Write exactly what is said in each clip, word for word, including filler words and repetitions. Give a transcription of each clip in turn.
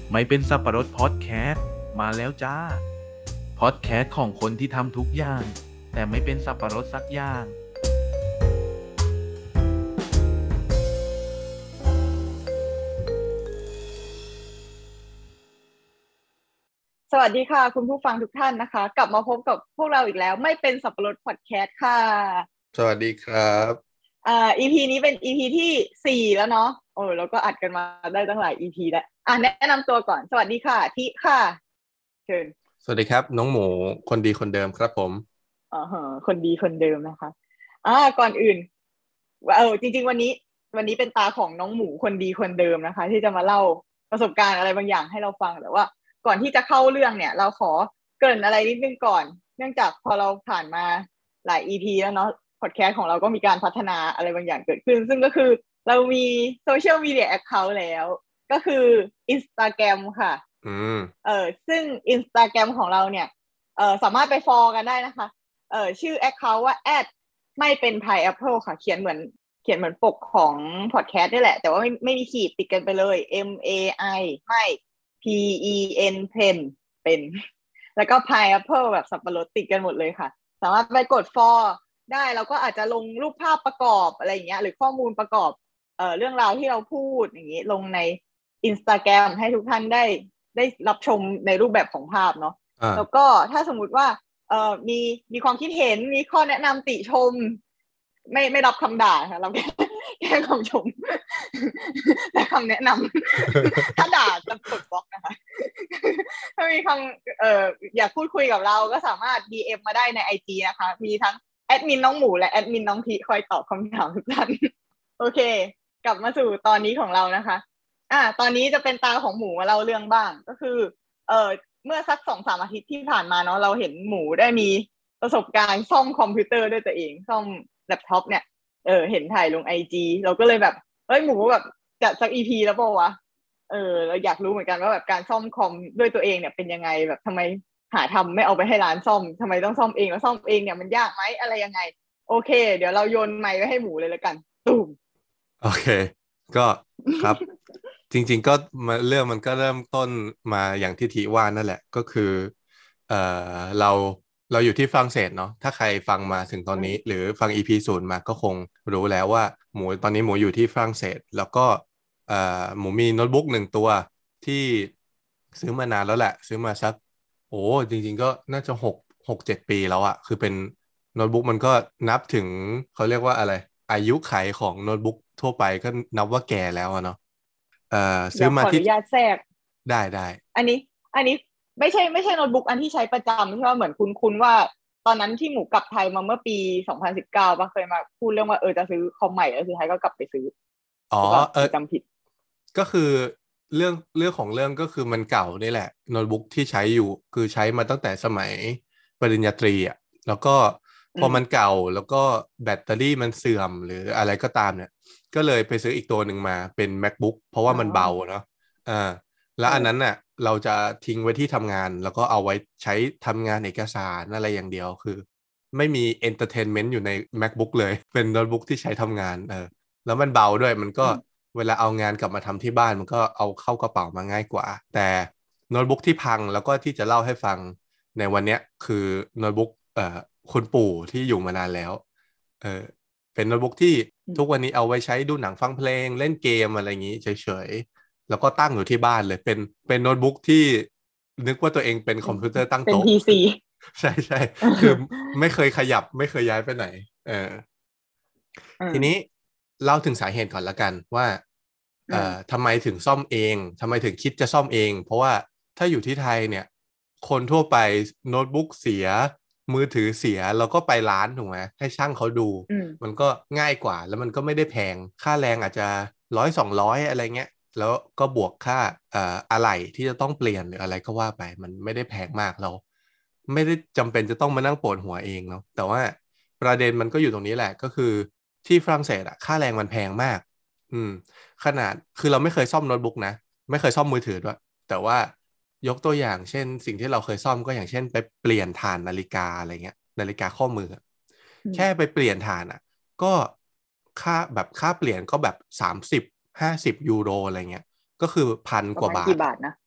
ไม่เป็นสับปะรดพอดแคสต์มาแล้วจ้าพอดแคสต์ของคนที่ทำทุกอย่างแต่ไม่เป็นสับปะรดสักอย่างสวัสดีค่ะคุณผู้ฟังทุกท่านนะคะกลับมาพบกับพวกเราอีกแล้วไม่เป็นสับปะรดพอดแคสต์ค่ะสวัสดีครับอ่า อี พี นี้เป็น อี พี ที่สี่แล้วเนาะโอ้เราก็อัดกันมาได้ตั้งหลาย อี พี แล้วอ่ะแนะนำตัวก่อนสวัสดีค่ะทิค่ะเชิญสวัสดีครับน้องหมูคนดีคนเดิมครับผมอ๋อฮะคนดีคนเดิมนะคะอ่าก่อนอื่นเออจริงๆวันนี้วันนี้เป็นตาของน้องหมูคนดีคนเดิมนะคะที่จะมาเล่าประสบการณ์อะไรบางอย่างให้เราฟังแต่ว่าก่อนที่จะเข้าเรื่องเนี่ยเราขอเกริ่นอะไรนิดนึงก่อนเนื่องจากพอเราผ่านมาหลาย อี พี แล้วเนาะพอดแคสต์ของเราก็มีการพัฒนาอะไรบางอย่างเกิดขึ้นซึ่งก็คือเรามีโซเชียลมีเดียแอคเคาท์แล้วก็คือ Instagram ค่ะอืมเออซึ่ง Instagram ของเราเนี่ยเออสามารถไปฟอลกันได้นะคะเออชื่อ account ว่า แอท ไม่เป็น pineapple ค่ะเขียนเหมือนเขียนเหมือนปกของพอดแคสต์นี่แหละแต่ว่าไม่ไม่มีขีดติดกันไปเลย M A I ไม่ P E N pen เป็นแล้วก็ pineapple แบบสับปะรดติดกันหมดเลยค่ะสามารถไปกด follow ได้แล้วก็อาจจะลงรูปภาพประกอบอะไรอย่างเงี้ยหรือข้อมูลประกอบเอ่อเรื่องราวที่เราพูดอย่างงี้ลงใน Instagram ให้ทุกท่านได้ได้รับชมในรูปแบบของภาพเนาะแล้วก็ถ้าสมมุติว่าเอ่อมีมีความคิดเห็นมีข้อแนะนำติชมไม่ไม่รับคำด่าค่ะเราแค่แค่คำชมและคำแนะนำถ้าด่าจะกดบล็อกนะคะถ้ามีคำเอ่ออยากพูดคุยกับเราก็สามารถ ดี เอ็ม มาได้ใน ไอ จี นะคะมีทั้งแอดมินน้องหมูและแอดมินน้องทีคอยตอบคำถามทุกท่านโอเคกลับมาสู่ตอนนี้ของเรานะคะอ่าตอนนี้จะเป็นตาของหมูมาเล่าเรื่องบ้างก็คือเอ่อเมื่อสักสองสามอาทิตย์ที่ผ่านมาเนาะเราเห็นหมูได้มีประสบการณ์ซ่อมคอมพิวเตอร์ด้วยตัวเองซ่อมแล็ปท็อปเนี่ยเออเห็นถ่ายลงไอจีเราก็เลยแบบเฮ้ยหมูแบบจัดสักอีพีแล้วเปล่าวะเออเราอยากรู้เหมือนกันว่าแบบการซ่อมคอมด้วยตัวเองเนี่ยเป็นยังไงแบบทำไมหาทำไม่เอาไปให้ร้านซ่อมทำไมต้องซ่อมเองแล้วซ่อมเองเนี่ยมันยากไหมอะไรยังไงโอเคเดี๋ยวเราโยนไมค์ไว้ให้หมูเลยแล้วกันตูมโอเคก็ครับจริงๆก็มาเรื่องมันก็เริ่มต้นมาอย่างที่ทีว่านั่นแหละก็คือเอ่อเราเราอยู่ที่ฝรั่งเศสเนาะถ้าใครฟังมาถึงตอนนี้หรือฟัง อี พี ศูนย์มาก็คงรู้แล้วว่าหมูตอนนี้หมูอยู่ที่ฝรั่งเศสแล้วก็เอ่อหมูมีโน้ตบุ๊กหนึ่งตัวที่ซื้อมานานแล้วแหละซื้อมาสักโอ้จริงๆก็น่าจะหกหกเจ็ดปีแล้วอะคือเป็นโน้ตบุ๊กมันก็นับถึงเขาเรียกว่าอะไรอายุขัยของโน้ตบุ๊กทั่วไปก็นับว่าแก่แล้วอะเนาะเอ่อซื้อมาที่เดี๋ยวขออนุญาตแทรกได้ได้อันนี้อันนี้ไม่ใช่ไม่ใช่โน้ตบุ๊กอันที่ใช้ประจำใช่ไหมเหมือนคุณคุณว่าตอนนั้นที่หมูกลับไทยมาเมื่อปีสองพันสิบเก้าป่ะเคยมาพูดเรื่องว่าเออจะซื้อคอมใหม่แล้วสุดท้ายก็กลับไปซื้ออ๋อหรือเปล่าเออหรือจำผิดก็คือเรื่องเรื่องของเรื่องก็คือมันเก่านี่แหละโน้ตบุ๊กที่ใช้อยู่คือใช้มาตั้งแต่สมัยปริญญาตรีอ่ะแล้วก็พอืมอมันเก่าแล้วก็แบตเตอรี่มันเสื่อมหรืออะไรก็ตามเนี่ยก็เลยไปซื้ออีกตัวหนึ่งมาเป็น MacBook เพราะว่าอ๋อมันเบาเนาะอ่าแล้วอันนั้นเออน่ะเราจะทิ้งไว้ที่ทำงานแล้วก็เอาไว้ใช้ทำงานเอกสารอะไรอย่างเดียวคือไม่มี entertainment อยู่ใน MacBook เลยเป็นโน้ตบุ๊กที่ใช้ทำงานเออ แล้วมันเบาด้วยมันก็อืมเวลาเอางานกลับมาทำที่บ้านมันก็เอาเข้ากระเป๋ามาง่ายกว่าแต่โน้ตบุ๊กที่พังแล้วก็ที่จะเล่าให้ฟังในวันเนี้ยคือโน้ตบุ๊กเอ่อคุณปู่ที่อยู่มานานแล้วเออเป็นโน้ตบุ๊กที่อืมทุกวันนี้เอาไว้ใช้ดูหนังฟังเพลงเล่นเกมอะไรอย่างนี้เฉยๆแล้วก็ตั้งอยู่ที่บ้านเลยเป็นเป็นโน้ตบุ๊กที่นึกว่าตัวเองเป็นคอมพิวเตอร์ตั้งเป็นโต๊ะพี ซีใช่ใช่คือไม่เคยขยับไม่เคยย้ายไปไหนเอออืมทีนี้เล่าถึงสาเหตุก่อนละกันว่าเอ่ออืมทำไมถึงซ่อมเองทำไมถึงคิดจะซ่อมเองเพราะว่าถ้าอยู่ที่ไทยเนี่ยคนทั่วไปโน้ตบุ๊กเสียมือถือเสียเราก็ไปร้านถูกไหมให้ช่างเขาดูอืมมันก็ง่ายกว่าแล้วมันก็ไม่ได้แพงค่าแรงอาจจะร้อยสองร้อยอะไรเงี้ยแล้วก็บวกค่าเอ่ออะไหล่ที่จะต้องเปลี่ยนหรืออะไรก็ว่าไปมันไม่ได้แพงมากเราไม่ได้จำเป็นจะต้องมานั่งปวดหัวเองเนาะแต่ว่าประเด็นมันก็อยู่ตรงนี้แหละก็คือ ที่ฝรั่งเศสอะค่าแรงมันแพงมากอืมขนาดคือเราไม่เคยซ่อมโน้ตบุ๊กนะไม่เคยซ่อมมือถือด้วยแต่ว่ายกตัวอย่างเช่นสิ่งที่เราเคยซ่อมก็อย่างเช่นไปเปลี่ยนฐานนาฬิกาอะไรเงี้ยนาฬิกาข้อมืออืมแค่ไปเปลี่ยนฐานอะก็ค่าแบบค่าเปลี่ยนก็แบบสามสิบห้าสิบยูโรอะไรเงี้ยก็คือพันประมาณกว่าบาทกี่บาทนะ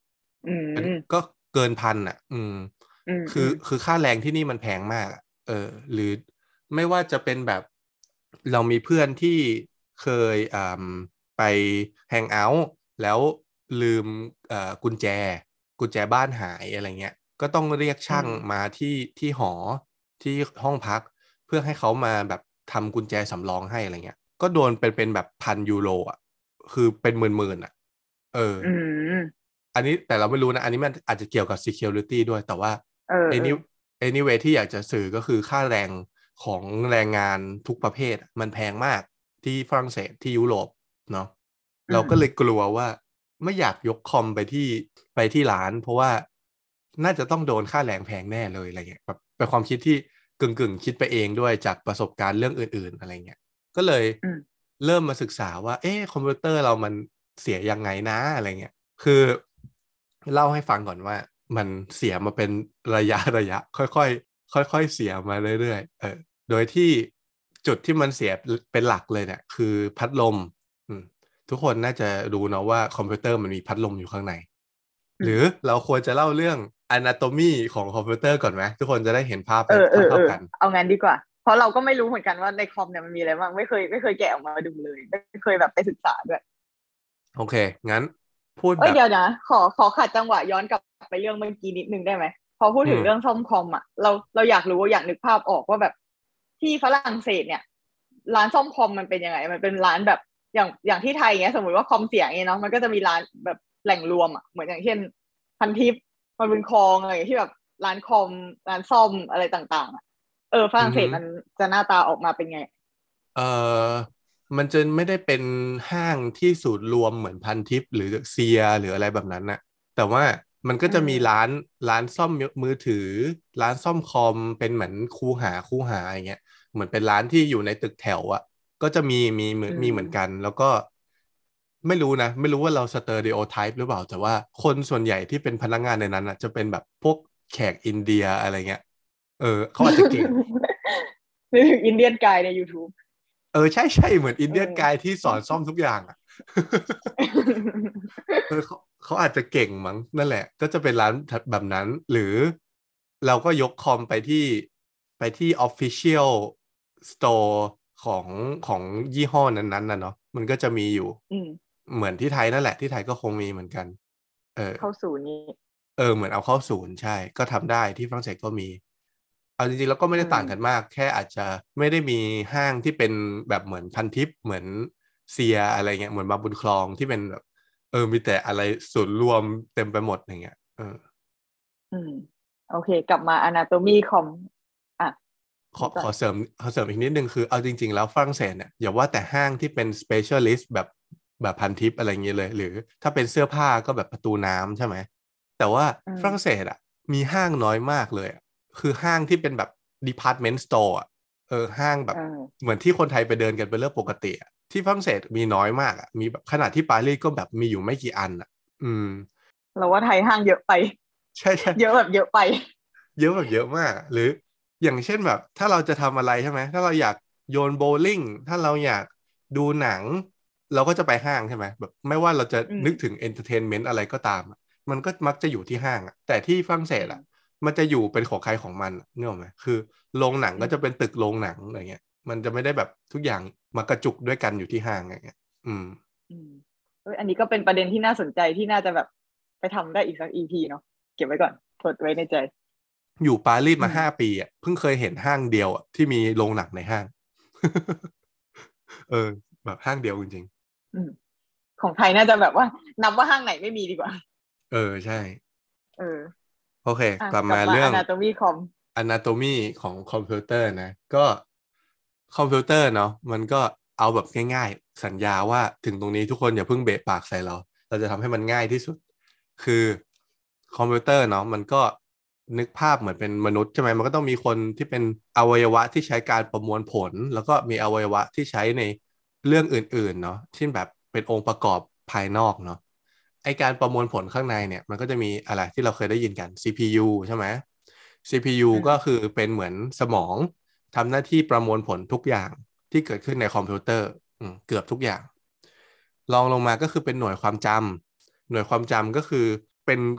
อืเป็นมก็เกินพันอ่ะอืมอืมคืออืมคือค่าแรงที่นี่มันแพงมากอะเออหรือไม่ว่าจะเป็นแบบเรามีเพื่อนที่เคยอ่าไปแฮงเอาท์แล้วลืมเอ่อกุญแจกุญแจบ้านหายอะไรเงี้ยก็ต้องเรียกอืช่างมมาที่ที่หอที่ห้องพักเพื่อให้เขามาแบบทำกุญแจสำรองให้อะไรเงี้ยก็โดนเป็นเป็นแบบพันยูโรอ่ะคือเป็นหมื่นๆอ่ะเอออืมอันนี้แต่เราไม่รู้นะ อันนี้มันอาจจะเกี่ยวกับ security ด้วย แต่ว่าเออเออ any anyway ที่อยากจะสื่อก็คือค่าแรงของแรงงานทุกประเภทอะมันแพงมากที่ฝรั่งเศสที่ยุโรปเนาะอืมเราก็เลยกลัวว่าไม่อยากยกคอมไปที่ไปที่ร้านเพราะว่าน่าจะต้องโดนค่าแรงแพงแน่เลยอะไรเงี้ยแบบเป็นความคิดที่กึ่งกึ่งคิดไปเองด้วยจากประสบการณ์เรื่องอื่นๆอะไรเงี้ยก็เลยอืมเริ่มมาศึกษาว่าเอ๊ะคอมพิวเตอร์เรามันเสียยังไงนะอะไรเงี้ย คือเล่าให้ฟังก่อนว่ามันเสียมาเป็นระยะระยะค่อยๆค่อยๆเสียมาเรื่อยๆเออโดยที่จุดที่มันเสียเป็นหลักเลยเนี่ยคือพัดลมอืมทุกคนน่าจะรู้เนาะว่าคอมพิวเตอร์มันมีพัดลมอยู่ข้างในหรืออืมเราควรจะเล่าเรื่อง anatomy ของคอมพิวเตอร์ก่อนไหมทุกคนจะได้เห็นภาพเออเออเออเท่าๆกันเอางั้นดีกว่าเพราะเราก็ไม่รู้เหมือนกันว่าในคอมเนี่ยมันมีอะไรบ้างไม่เคยไม่เคยแกะออกมาดูเลยไม่เคยแบบไปศึกษาด้วยโอเคงั้นพูดเอ้แบบยเดี๋ยวนะขอขอขัดจังหวะย้อนกลับไปเรื่องเมื่อกี้นิดนึงได้ไหมพอพูดอืมถึงเรื่องซ่อมคอมอ่ะเราเราอยากรู้อยากนึกภาพออกว่าแบบที่ฝรั่งเศสเนี่ยร้านซ่อมคอมมันเป็นยังไงมันเป็นร้านแบบอย่างอย่างที่ไทยเงี้ยสมมติว่าคอมเสียงเงี้ยเนาะมันก็จะมีร้านแบบแหล่งรวมอ่ะเหมือนอย่างเช่นพันทิปมันเป็นคลองอะไรอย่างที่แบบร้านคอมร้านซ่อมอะไรต่างๆอะเออฝอือฮึรั่งเศสมันจะหน้าตาออกมาเป็นไงเอ่อมันจะไม่ได้เป็นห้างที่ศูนย์รวมเหมือนพันทิปหรือเซียหรืออะไรแบบนั้นนะแต่ว่ามันก็อืจะมีร้ามนร้านซ่อมมือถือร้านซ่อมคอมเป็นเหมือนคูหาคูหาอย่างเงี้ยเหมือนเป็นร้านที่อยู่ในตึกแถวอ่ะก็จะมีมีเหมือนอืมีเหมือนกันมแล้วก็ไม่รู้นะไม่รู้ว่าเราสเตอริโอไทป์หรือเปล่าแต่ว่าคนส่วนใหญ่ที่เป็นพนักงานในนั้นอ่ะจะเป็นแบบพวกแขกอินเดียอะไรเงี้ยเออเขาอาจจะเก่งนึกถึงอินเดียนกายใน YouTube เออใช่ใช่เหมือนอินเอเดียนกายอที่สอนซ่อมทุกอย่างอ่ะ เออเขาเขาอาจจะเก่งมั้งนั่นแหละก็จะเป็นร้านแบบนั้นหรือเราก็ยกคอมไปที่ไปที่ Official Store ของของยี่ห้อนั้นๆนะเนาะมันก็จะมีอยู่อืมเหมือนที่ไทยนั่นแหละที่ไทยก็คงมีเหมือนกันเออเข้าสู่นี้เออเหมือนเอาเข้าศูนย์ใช่ก็ทำได้ที่ฝรั่งเศสก็มีเอาจริงๆแล้วก็ไม่อืได้ต่างกันมมากแค่อาจจะไม่ได้มีห้างที่เป็นแบบเหมือนพันทิปเหมือนเซียอะไรเงี้ยเหมือนมาบุญครองที่เป็นแบบเออมีแต่อะไรส่วนย์รวมเต็มไปหมดอย่างเงี้ยเอออืมโอเคกลับมา Anatomy คอมอ่ะขอนี่ก่อนขอเสริมขอเสริมอีกนิดนึงคือเอาจริงๆแล้วฝรั่งเศสเนี่ยอย่าว่าแต่ห้างที่เป็น specialist แบบแบบพันทิปอะไรเงี้ยเลยหรือถ้าเป็นเสื้อผ้าก็แบบประตูน้ำใช่ไหมแต่ว่าอืฝรั่งเศมสอ่ะมีห้างน้อยมากเลยอะคือห้างที่เป็นแบบ department store อ่ะเออห้างแบบเออเหมือนที่คนไทยไปเดินกันเป็นเรื่องปกติอะที่ฝรั่งเศสมีน้อยมากอ่ะมีแบบขนาดที่ปารีสก็แบบมีอยู่ไม่กี่อันอ่ะอืมเราว่าไทยห้างเยอะไปใช่ใช่เยอะแบบเยอะไปเยอะแบบเยอะมากหรืออย่างเช่นแบบถ้าเราจะทำอะไรใช่ไหมถ้าเราอยากโยนโบว์ลิ่งถ้าเราอยากดูหนังเราก็จะไปห้างใช่ไหมแบบไม่ว่าเราจะอืมนึกถึงเอนเตอร์เทนเมนต์อะไรก็ตามอะมันก็มักจะอยู่ที่ห้างอะแต่ที่ฝรั่งเศอืมสอ่ะมันจะอยู่เป็นของใครของมันเนกอะไหมคือโรงหนังอืมก็จะเป็นตึกโรงหนังอะไรเงี้ยมันจะไม่ได้แบบทุกอย่างมากระจุกด้วยกันอยู่ที่ห้างอย่างเงี้ยอืมอืมเอยอันนี้ก็เป็นประเด็นที่น่าสนใจที่น่าจะแบบไปทำได้อีกสักอีพีเนาะเก็บไว้ก่อนทดไว้ในใจอยู่ปารีสอืมมาห้าปีอ่ะเพิ่งเคยเห็นห้างเดียวอ่ะที่มีโรงหนังในห้างเออแบบห้างเดียวจริงอืมของไทยน่าจะแบบว่านับว่าห้างไหนไม่มีดีกว่าเออใช่เออโอเคอ่ะกลับกลับมามาเรื่อง Anatomy คอม anatomy ของคอมพิวเตอร์นะก็คอมพิวเตอร์เนาะมันก็เอาแบบง่ายๆสัญญาว่าถึงตรงนี้ทุกคนอย่าเพิ่งเบะปากใส่เราเราจะทำให้มันง่ายที่สุดคือคอมพิวเตอร์เนาะมันก็นึกภาพเหมือนเป็นมนุษย์ใช่ไหมมันก็ต้องมีคนที่เป็นอวัยวะที่ใช้การประมวลผลแล้วก็มีอวัยวะที่ใช้ในเรื่องอื่นๆเนาะที่แบบเป็นองค์ประกอบภายนอกเนาะ ไอการประมวลผลข้างในเนี่ยมันก็จะมีอะไรที่เราเคยได้ยินกัน ซี พี ยู ใช่ไหม ซี พี ยูอืมก็คือเป็นเหมือนสมองทำหน้าที่ประมวลผลทุกอย่างที่เกิดขึ้นในคอมพิวเตอร์อืมเกือบทุกอย่างรองลงมาก็คือเป็นหน่วยความจำหน่วยความจำก็คือเป็น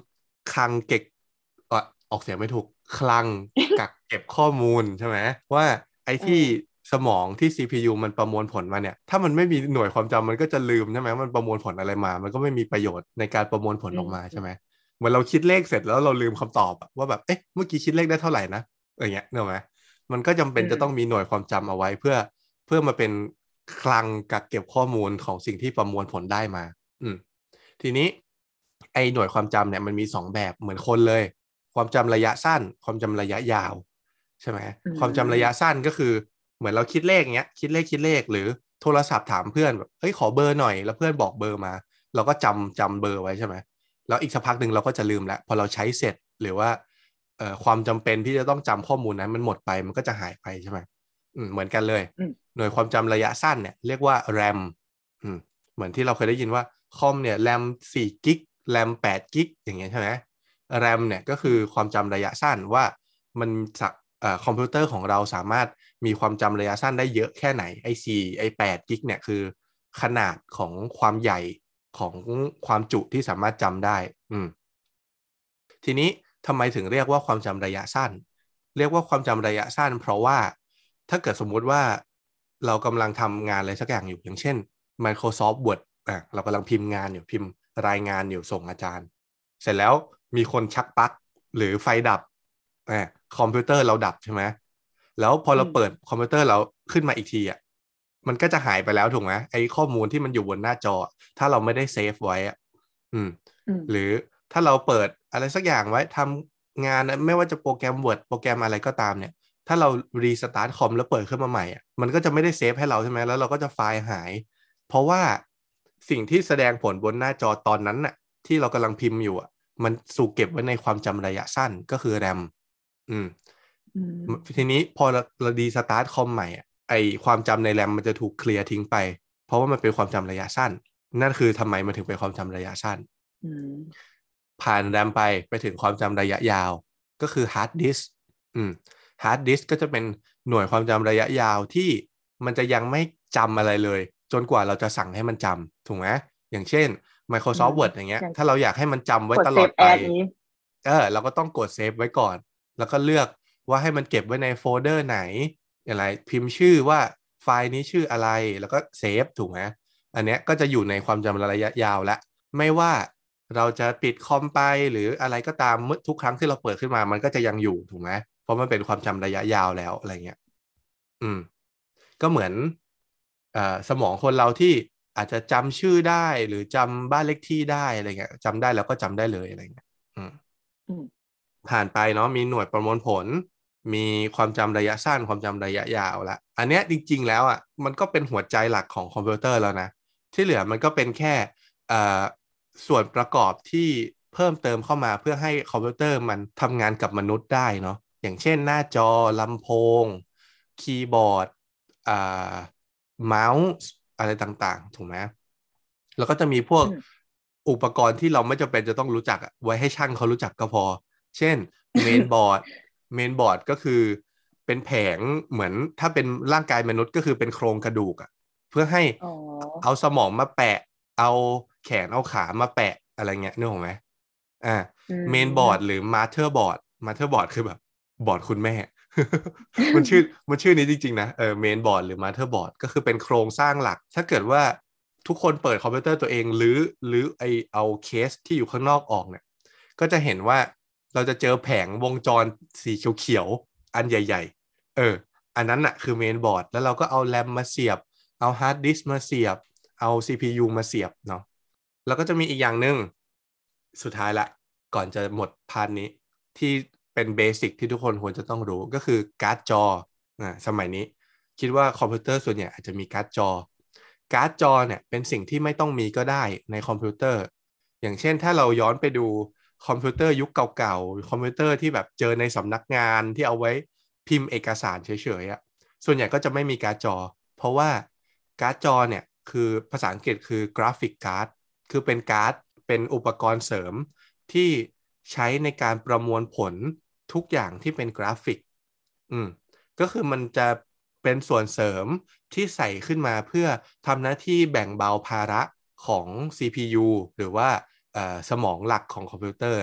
คลังเก็บเอ่อออกเสียงไม่ถูกคลังกักเก็บข้อมูลใช่ไหมว่าไอ้ที่อืมสมองที่ ซี พี ยู มันประมวลผลมาเนี่ยถ้ามันไม่มีหน่วยความจำมันก็จะลืมใช่ไหมมันประมวลผลอะไรมามันก็ไม่มีประโยชน์ในการประมวลผลอืออกมาใช่ไหมมเหมือนเราคิดเลขเสร็จแล้วเราลืมคำตอบอะว่าแบบเอ๊ะเมื่อกี้คิดเลขได้เท่าไหร่นะอย่างเงี้ยเนกอะไหมมันก็จำเป็อืนจะต้องมีมหน่วยความจำเอาไว้เพื่อเพื่อมาเป็นคลังกักเก็บข้อมูลของสิ่งที่ประมวลผลได้มาอืม ทีนี้ไอ้หน่วยความจำเนี่ยมันมีสองแบบเหมือนคนเลยความจำระยะสั้นความจำระยะยาวใช่ไหมอืความจำระยะมสั้นก็คือเหมือนเราคิดเลขเงี้ยคิดเลขคิดเลขหรือโทรศัพท์ถามเพื่อนแบบเฮ้ยขอเบอร์หน่อยแล้วเพื่อนบอกเบอร์มาเราก็จำจำเบอร์ไว้ใช่ไหมแล้วอีกสักพักหนึ่งเราก็จะลืมแล้วพอเราใช้เสร็จหรือว่าเอ่อความจำเป็นที่จะต้องจำข้อมูลนั้นมันหมดไปมันก็จะหายไปใช่ไหมอืมเหมือนกันเลยอืมหน่วยความจำระยะสั้นเนี่ยเรียกว่า แรม อืม เหมือนที่เราเคยได้ยินว่าคอมเนี่ยแรมสี่กิกแรมแปดกิกอย่างเงี้ยใช่ไหมแรมเนี่ยก็คือความจำระยะสั้นว่ามันสักเอ่อคอมพิวเตอร์ของเราสามารถมีความจำระยะสั้นได้เยอะแค่ไหนไอ้สี่ไอ้แปดกิกเนี่ยคือขนาดของความใหญ่ของความจุที่สามารถจำได้อืมทีนี้ทำไมถึงเรียกว่าความจำระยะสั้นเรียกว่าความจำระยะสั้นเพราะว่าถ้าเกิดสมมุติว่าเรากำลังทำงานอะไรสักอย่างอยู่อย่างเช่น Microsoft Word อ่ะเรากำลังพิมพ์งานอยู่พิมพ์รายงานอยู่ส่งอาจารย์เสร็จแล้วมีคนชักปลั๊กหรือไฟดับอ่ะคอมพิวเตอร์เราดับใช่ไหมแล้วพออืมเราเปิดคอมพิวเตอร์เราขึ้นมาอีกทีอ่ะมันก็จะหายไปแล้วถูกไหมไอ้ข้อมูลที่มันอยู่บนหน้าจอถ้าเราไม่ได้เซฟไว้อ่ะอืมอืมหรือถ้าเราเปิดอะไรสักอย่างไว้ทำงานไม่ว่าจะโปรแกรม Word โปรแกรมอะไรก็ตามเนี่ยถ้าเรารีสตาร์ทคอมแล้วเปิดขึ้นมาใหม่อ่ะมันก็จะไม่ได้เซฟให้เราใช่ไหมแล้วเราก็จะไฟล์หาย เพราะว่าสิ่งที่แสดงผลบนหน้าจอตอนนั้นน่ะที่เรากำลังพิมพ์อยู่อ่ะมันสูกเก็บไว้ในความจำระยะสั้นก็คือแรมอืมอืมทีนี้พอเราเราดีสตาร์ทคอมใหม่อ่ะไอความจำในแรมมันจะถูกเคลียร์ทิ้งไปเพราะว่ามันเป็นความจำระยะสั้นนั่นคือทำไมมันถึงเป็นความจำระยะสั้นอืมผ่านแรมไปไปถึงความจำระยะยาวก็คือฮาร์ดดิสก์อืมฮาร์ดดิสก์ก็จะเป็นหน่วยความจำระยะยาวที่มันจะยังไม่จำอะไรเลยจนกว่าเราจะสั่งให้มันจำถูกไหมอย่างเช่นอื Microsoft ม Word อย่างเงี้ยอย่างถ้าเราอยากให้มันจำไว้กดเซฟแอตลอดไปดนี้เออเราก็ต้องกดเซฟไว้ก่อนแล้วก็เลือกว่าให้มันเก็บไว้ในโฟลเดอร์ไหนอะไรพิมพ์ชื่อว่าไฟล์นี้ชื่ออะไรแล้วก็เซฟถูกไหมอันเนี้ยก็จะอยู่ในความจำระยะยาวแล้วไม่ว่าเราจะปิดคอมไปหรืออะไรก็ตามเมื่อทุกครั้งที่เราเปิดขึ้นมามันก็จะยังอยู่ถูกไหมเพราะมันเป็นความจำระยะยาวแล้วอะไรเงี้ยอืมก็เหมือนเอ่อสมองคนเราที่อาจจะจำชื่อได้หรือจำบ้านเลขที่ได้อะไรเงี้ยจำได้แล้วก็จำได้เลยอะไรเงี้ยอืมอืมผ่านไปเนาะมีหน่วยประมวลผลมีความจำระยะสั้นความจำระยะยาวละอันเนี้ยจริงๆแล้วอ่ะมันก็เป็นหัวใจหลักของคอมพิวเตอร์แล้วนะที่เหลือมันก็เป็นแค่เอ่อส่วนประกอบที่เพิ่มเติมเข้ามาเพื่อให้คอมพิวเตอร์มันทำงานกับมนุษย์ได้เนาะอย่างเช่นหน้าจอลำโพงคีย์บอร์ดอ่าเมาส์อะไรต่างๆถูกไหมแล้วก็จะมีพวกอืมอุปกรณ์ที่เราไม่จำเป็นจะต้องรู้จักอะไว้ให้ช่างเขารู้จักก็พอ เช่นเมนบอร์ดเมนบอร์ดก็คือเป็นแผงเหมือนถ้าเป็นร่างกายมนุษย์ก็คือเป็นโครงกระดูกอะเพื่อให้อ๋อเอาสมองมาแปะเอาแขนเอาขามาแปะอะไรเงี้ยนึกออกไหมอ่าอืเมนบอร์ดหมรือมาเธอร์บอร์ดมาเธอร์บอร์ดคือแบบบอร์ดคุณแม่ มันชื่อมันชื่อนี้จริงๆนะเออเมนบอร์ดหรือมาเธอร์บอร์ดก็คือเป็นโครงสร้างหลักถ้าเกิดว่าทุกคนเปิดคอมพิวเตอร์ตัวเองหรือหรือไอเอาเคสที่อยู่ข้างนอกออกเนี่ยก็จะเห็นว่าเราจะเจอแผงวงจรสีเขียวๆอันใหญ่ๆเอออันนั้นน่ะคือเมนบอร์ดแล้วเราก็เอาแรมมาเสียบเอาฮาร์ดดิสก์มาเสียบเอา ซี พี ยู มาเสียบเนาะแล้วก็จะมีอีกอย่างหนึ่งสุดท้ายละก่อนจะหมดพาร์ทนี้ที่เป็นเบสิกที่ทุกคนควรจะต้องรู้ก็คือการ์ดจออ่าสมัยนี้คิดว่าคอมพิวเตอร์ส่วนใหญ่อาจจะมีการ์ดจอการ์ดจอเนี่ยเป็นสิ่งที่ไม่ต้องมีก็ได้ในคอมพิวเตอร์อย่างเช่นถ้าเราย้อนไปดูคอมพิวเตอร์ยุคเก่าๆคอมพิวเตอร์ที่แบบเจอในสำนักงานที่เอาไว้พิมพ์เอกสารเฉยๆอ่ะส่วนใหญ่ก็จะไม่มีการ์ดจอเพราะว่าการ์ดจอเนี่ยคือภาษาอังกฤษคือกราฟิกการ์ดคือเป็นการ์ดเป็นอุปกรณ์เสริมที่ใช้ในการประมวลผลทุกอย่างที่เป็นกราฟิกอืมก็คือมันจะเป็นส่วนเสริมที่ใส่ขึ้นมาเพื่อทำหน้าที่แบ่งเบาภาระของ ซี พี ยู หรือว่าเอ่อสมองหลักของคอมพิวเตอร์เนาะ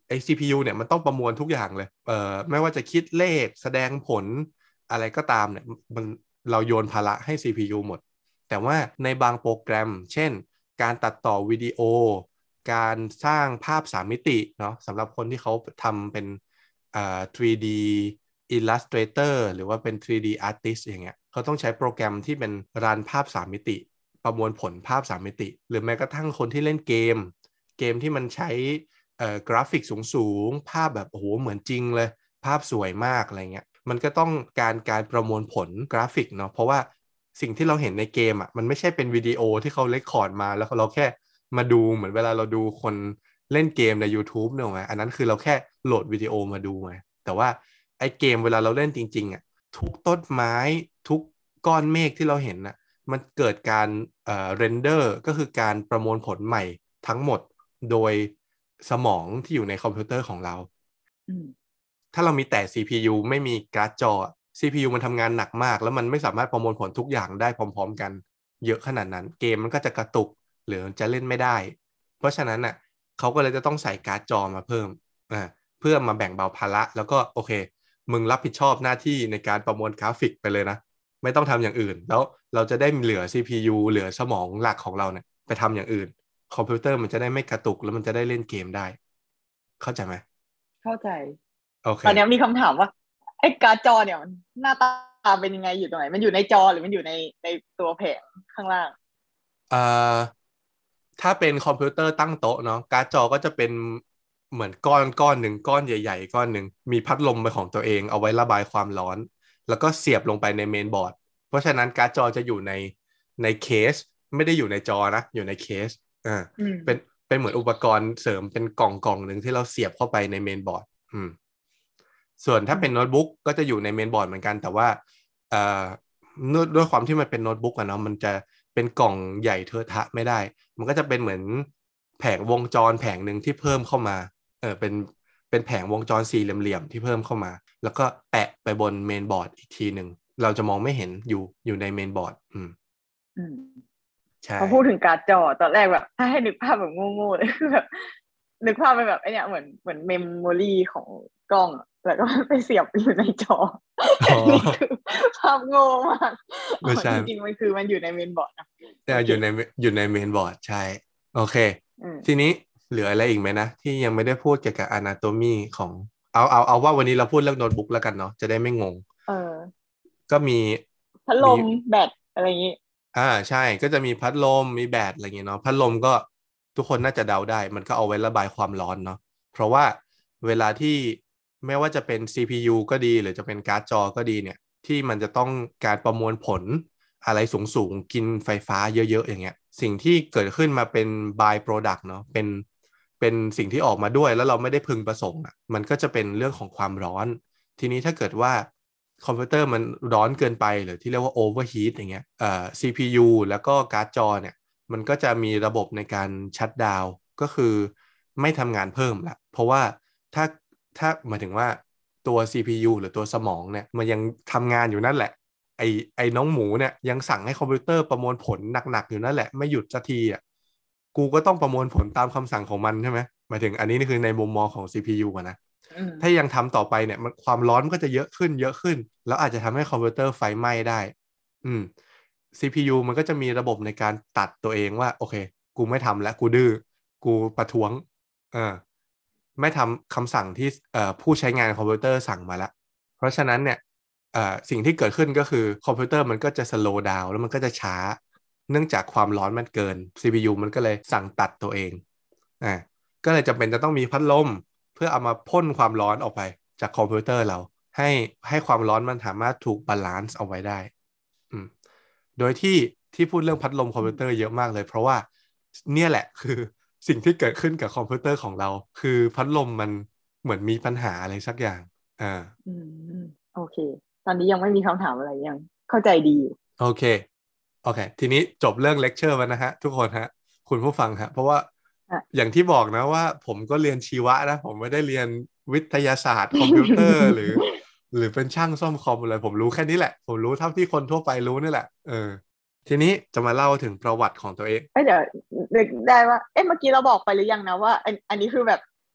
ไอ้ ซี พี ยู เนี่ยมันต้องประมวลทุกอย่างเลยเอ่อไม่ว่าจะคิดเลขแสดงผลอะไรก็ตามเนี่ยมันเราโยนภาระให้ ซี พี ยู หมดแต่ว่าในบางโปรแกรมเช่นการตัดต่อวิดีโอการสร้างภาพสามมิติเนาะสำหรับคนที่เขาทำเป็นอ่า ทรี ดี Illustrator หรือว่าเป็น ทรี ดี Artist อย่างเงี้ยเขาต้องใช้โปรแกรมที่เป็นรันภาพสามมิติประมวลผลภาพสามมิติหรือแม้กระทั่งคนที่เล่นเกมเกมที่มันใช้เอ่อกราฟิกสูงๆภาพแบบโอ้โหเหมือนจริงเลยภาพสวยมากอะไรเงี้ยมันก็ต้องการการประมวลผลกราฟิกเนาะเพราะว่าสิ่งที่เราเห็นในเกมอ่ะมันไม่ใช่เป็นวิดีโอที่เขาเรคคอร์ดมาแล้วเราแค่มาดูเหมือนเวลาเราดูคนเล่นเกมใน YouTube เนี่ยไงอันนั้นคือเราแค่โหลดวิดีโอมาดูไงแต่ว่าไอ้เกมเวลาเราเล่นจริงๆอ่ะทุกต้นไม้ทุกก้อนเมฆที่เราเห็นน่ะมันเกิดการเอ่อเรนเดอร์ก็คือการประมวลผลใหม่ทั้งหมดโดยสมองที่อยู่ในคอมพิวเตอร์ของเราถ้าเรามีแต่ ซี พี ยู ไม่มีการ์ดจอ ซี พี ยู มันทำงานหนักมากแล้วมันไม่สามารถประมวลผลทุกอย่างได้พร้อมๆกันเยอะขนาดนั้นเกมมันก็จะกระตุกหรือจะเล่นไม่ได้เพราะฉะนั้นน่ะเขาก็เลยจะต้องใส่การ์ดจอมาเพิ่มอ่าเพื่อมาแบ่งเบาภาระแล้วก็โอเคมึงรับผิดชอบหน้าที่ในการประมวลกราฟิกไปเลยนะไม่ต้องทำอย่างอื่นแล้วเราจะได้เหลือ ซี พี ยู เหลือสมองหลักของเราเนี่ยไปทำอย่างอื่นคอมพิวเตอร์มันจะได้ไม่กระตุกแล้วมันจะได้เล่นเกมได้เข้าใจไหมเข้าใจโอเคตอนนี้มีคำถามว่าไอ้การ์ดจอเนี่ยมันหน้าตาเป็นยังไงอยู่ตรงไหนมันอยู่ในจอหรือมันอยู่ในในตัวแผงข้างล่างเอ่อถ้าเป็นคอมพิวเตอร์ตั้งโต๊ะเนาะการ์ดจอก็จะเป็นเหมือนก้อนก้อนหนึ่งก้อนใหญ่ๆก้อนหนึ่งมีพัดลมเป็นของตัวเองเอาไว้ระบายความร้อนแล้วก็เสียบลงไปในเมนบอร์ดเพราะฉะนั้นการ์ดจอจะอยู่ในในเคสไม่ได้อยู่ในจอนะอยู่ในเคสอ่าเป็นเป็นเหมือนอุปกรณ์เสริมเป็นกล่องกล่องหนึ่งที่เราเสียบเข้าไปในเมนบอร์ดอืมส่วนถ้าเป็นโน้ตบุ๊กก็จะอยู่ในเมนบอร์ดเหมือนกันแต่ว่าเอ่อด้วยความที่มันเป็นโน้ตบุ๊กอะเนาะมันจะเป็นกล่องใหญ่เทอะทะไม่ได้มันก็จะเป็นเหมือนแผงวงจรแผงหนึ่งที่เพิ่มเข้ามาเออเป็นเป็นแผงวงจรสี่เหลี่ยมๆที่เพิ่มเข้ามาแล้วก็แปะไปบนเมนบอร์ดอีกทีหนึ่งเราจะมองไม่เห็นอยู่อยู่ในเมนบอร์ดอืมอืมใช่พอพูดถึงการ์ดจอตอนแรกแบบถ้าให้นึกภาพแบบโง่ๆเลยคือแบบนึกภาพเป็นแบบไอเนี้ยเหมือนเหมือนเมมโมรี่ของกล้องแล้วก็ไปเสียบอยู่ในจอนี่คือภาพโง่มากไม่ใช่จริงๆมันคือมันอยู่ในเมนบอร์ดนะแต่อยู่ในอยู่ในเมนบอร์ดใช่โอเคทีนี้เหลืออะไรอีกไหมนะที่ยังไม่ได้พูดเกี่ยวกับ anatomy ของเอาเอาเอาว่าวันนี้เราพูดเรื่องโน้ตบุ๊กแล้วกันเนาะจะได้ไม่งงเออก็มีพัดลมแบตอะไรอย่างงี้อ่าใช่ก็จะมีพัดลมมีแบตอะไรอย่างเงี้ยเนาะพัดลมก็ทุกคนน่าจะเดาได้มันก็เอาไว้ระบายความร้อนเนาะเพราะว่าเวลาที่ไม่ว่าจะเป็น ซี พี ยู ก็ดีหรือจะเป็นการ์ดจอก็ดีเนี่ยที่มันจะต้องการประมวลผลอะไรสูงๆกินไฟฟ้าเยอะๆอย่างเงี้ยสิ่งที่เกิดขึ้นมาเป็น by product เนาะเป็นเป็นสิ่งที่ออกมาด้วยแล้วเราไม่ได้พึงประสงค์อ่ะมันก็จะเป็นเรื่องของความร้อนทีนี้ถ้าเกิดว่าคอมพิวเตอร์มันร้อนเกินไปหรือที่เรียกว่า overheat อย่างเงี้ยเอ่อ ซี พี ยู แล้วก็การ์ดจอเนี่ยมันก็จะมีระบบในการชัตดาวน์ก็คือไม่ทำงานเพิ่มละเพราะว่าถ้าถ้าหมายถึงว่าตัว ซี พี ยู หรือตัวสมองเนี่ยมันยังทำงานอยู่นั่นแหละไอไอ้น้องหมูเนี่ยยังสั่งให้คอมพิวเตอร์ประมวลผลหนักๆอยู่นั่นแหละไม่หยุดสักทีอ่ะกูก็ต้องประมวลผลตามคำสั่งของมันใช่ไหมหมายถึงอันนี้นี่คือในมุมมองของ ซี พี ยู อะนะถ้ายังทำต่อไปเนี่ยมันความร้อนมันก็จะเยอะขึ้นเยอะขึ้นแล้วอาจจะทำให้คอมพิวเตอร์ไฟไหม้ได้อืม ซี พี ยู มันก็จะมีระบบในการตัดตัวเองว่าโอเคกูไม่ทำแล้วกูดื้อกูประท้วงเออไม่ทำคำสั่งที่เอ่อผู้ใช้งานคอมพิวเตอร์สั่งมาแล้วเพราะฉะนั้นเนี่ยเอ่อสิ่งที่เกิดขึ้นก็คือคอมพิวเตอร์มันก็จะ slow down แล้วมันก็จะช้าเนื่องจากความร้อนมันเกิน ซี พี ยู มันก็เลยสั่งตัดตัวเองอ่าก็เลยจำเป็นจะต้องมีพัดลมเพื่อเอามาพ่นความร้อนออกไปจากคอมพิวเตอร์เราให้ให้ความร้อนมันสามารถถูกบาลานซ์เอาไว้ได้อืมโดยที่ที่พูดเรื่องพัดลมคอมพิวเตอร์เยอะมากเลยเพราะว่าเนี่ยแหละคือสิ่งที่เกิดขึ้นกับคอมพิวเตอร์ของเราคือพัดลมมันเหมือนมีปัญหาอะไรสักอย่างอ่าอืมโอเคตอนนี้ยังไม่มีคำถามอะไรยังเข้าใจดีอยู่โอเคโอเคทีนี้จบเรื่องเลคเชอร์แล้วนะฮะทุกคนฮะคุณผู้ฟังฮะเพราะว่าอย่างที่บอกนะว่าผมก็เรียนชีวะนะผมไม่ได้เรียนวิทยาศาสตร์คอมพิวเตอร์หรือหรือเป็นช่างซ่อมคอมอะไรผมรู้แค่นี้แหละผมรู้เท่าที่คนทั่วไปรู้นี่แหละเออทีนี้จะมาเล่าถึงประวัติของตัวเองเอ้ยเดี๋ยวนึกได้ว่าเอ๊ะเมื่อกี้เราบอกไปหรือยังนะว่าอันอันนี้คือแบบ